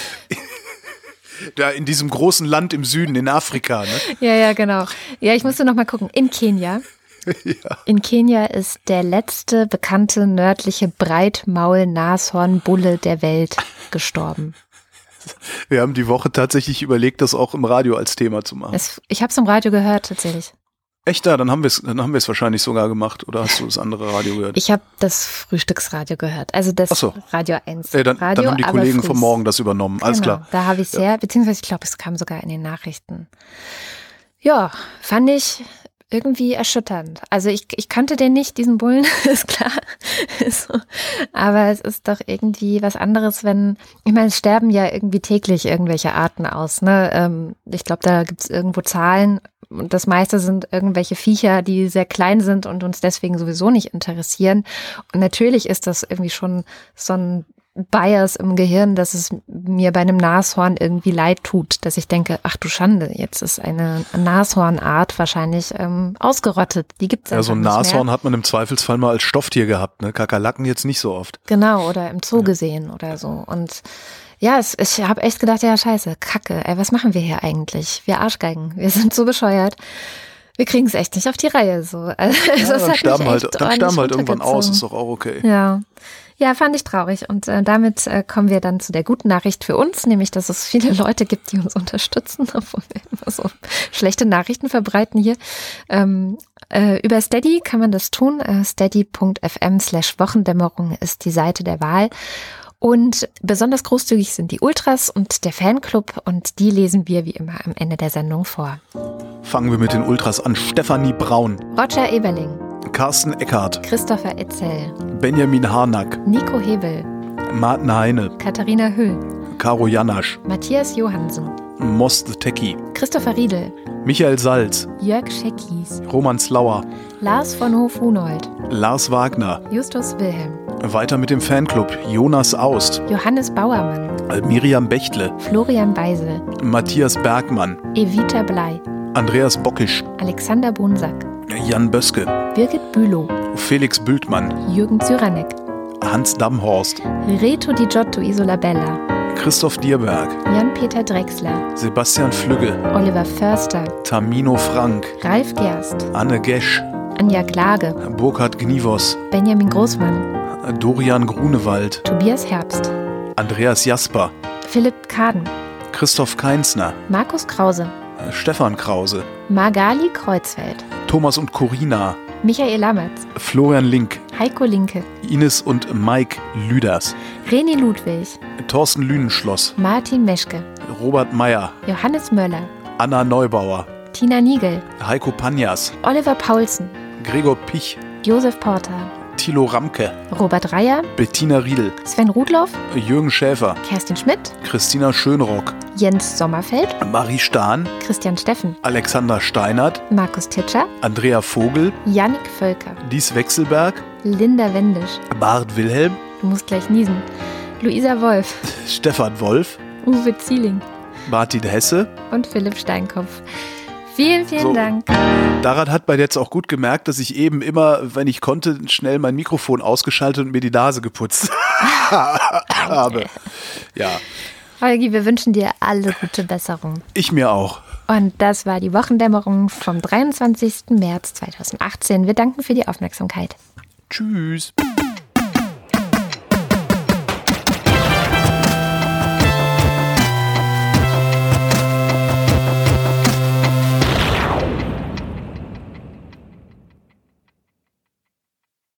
Da in diesem großen Land im Süden, in Afrika, ne? Ja, ja, genau. Ja, ich musste noch mal gucken. In Kenia. Ja. In Kenia ist der letzte bekannte nördliche Breitmaul-Nashornbulle der Welt gestorben. Wir haben die Woche tatsächlich überlegt, das auch im Radio als Thema zu machen. Es, ich habe es im Radio gehört, tatsächlich. Echt da? Dann haben wir es dann haben wir es wahrscheinlich sogar gemacht. Oder hast du das andere Radio gehört? Ich habe das Frühstücksradio gehört. Also das so. Radio eins. Ey, dann, Radio, dann haben die Kollegen vom Morgen das übernommen. Alles genau, klar. Da habe ich es ja. her, beziehungsweise ich glaube, es kam sogar in den Nachrichten. Ja, fand ich irgendwie erschütternd. Also ich, ich kannte den nicht, diesen Bullen, ist klar. so. Aber es ist doch irgendwie was anderes, wenn, ich meine, es sterben ja irgendwie täglich irgendwelche Arten aus. Ne? Ähm, ich glaube, da gibt es irgendwo Zahlen und das meiste sind irgendwelche Viecher, die sehr klein sind und uns deswegen sowieso nicht interessieren. Und natürlich ist das irgendwie schon so ein Bias im Gehirn, dass es mir bei einem Nashorn irgendwie leid tut, dass ich denke, ach du Schande, jetzt ist eine Nashornart wahrscheinlich ähm, ausgerottet. Die gibt's ja so ein Nashorn mehr. Hat man im Zweifelsfall mal als Stofftier gehabt, ne? Kakerlaken jetzt nicht so oft. Genau, oder im Zoo ja. gesehen oder so. Und ja, es, ich habe echt gedacht, ja scheiße, Kacke, ey, was machen wir hier eigentlich? Wir Arschgeigen, wir sind so bescheuert. Wir kriegen es echt nicht auf die Reihe. So. Also, ja, dann sterben halt, dann sterben halt irgendwann aus, ist doch auch okay. Ja. Ja, fand ich traurig. Und äh, damit äh, kommen wir dann zu der guten Nachricht für uns, nämlich, dass es viele Leute gibt, die uns unterstützen, obwohl wir immer so schlechte Nachrichten verbreiten hier. Ähm, äh, über Steady kann man das tun. Äh, steady.fm slash Wochendämmerung ist die Seite der Wahl. Und besonders großzügig sind die Ultras und der Fanclub und die lesen wir wie immer am Ende der Sendung vor. Fangen wir mit den Ultras an. Stefanie Braun. Roger Eberling. Carsten Eckhardt. Christopher Etzel. Benjamin Harnack. Nico Hebel. Martin Heine. Katharina Hüll. Caro Janasch. Matthias Johansen. Moss the Techie. Christopher Riedel. Michael Salz, Jörg Scheckis, Roman Slauer, Lars von Hof-Hunold, Lars Wagner, Justus Wilhelm, weiter mit dem Fanclub, Jonas Aust, Johannes Bauermann, Miriam Bechtle, Florian Beisel, Matthias Bergmann, Evita Blei, Andreas Bockisch, Alexander Bonsack, Jan Böske, Birgit Bülow, Felix Bültmann, Jürgen Zyranek, Hans Damhorst, Reto Di Giotto Isolabella, Christoph Dierberg, Jan-Peter Drechsler, Sebastian Flügge, Oliver Förster, Tamino Frank, Ralf Gerst, Anne Gesch, Anja Klage, Burkhard Gnivos, Benjamin Großmann, Dorian Grunewald, Tobias Herbst, Andreas Jasper, Philipp Kaden, Christoph Keinsner, Markus Krause, Stefan Krause, Magali Kreuzfeld, Thomas und Corina, Michael Lammertz, Florian Link, Heiko Linke, Ines und Mike Lüders, René Ludwig, Thorsten Lünenschloss, Martin Meschke, Robert Meyer, Johannes Möller, Anna Neubauer, Tina Niegel, Heiko Panjas, Oliver Paulsen, Gregor Pich, Josef Porter, Thilo Ramke, Robert Reyer, Bettina Riedl, Sven Rudloff, Jürgen Schäfer, Kerstin Schmidt, Christina Schönrock, Jens Sommerfeld, Marie Stahn, Christian Steffen, Alexander Steinert, Markus Titscher, Andrea Vogel, Yannick Völker, Dies Wechselberg, Linda Wendisch, Bart Wilhelm, du musst gleich niesen, Luisa Wolf, Stefan Wolf, Uwe Zieling Martin Hesse und Philipp Steinkopf. Vielen, vielen so. Dank. Daran hat man jetzt auch gut gemerkt, dass ich eben immer, wenn ich konnte, schnell mein Mikrofon ausgeschaltet und mir die Nase geputzt habe. Ja. Holgi, wir wünschen dir alle gute Besserung. Ich mir auch. Und das war die Wochendämmerung vom dreiundzwanzigsten März zweitausendachtzehn. Wir danken für die Aufmerksamkeit. Tschüss.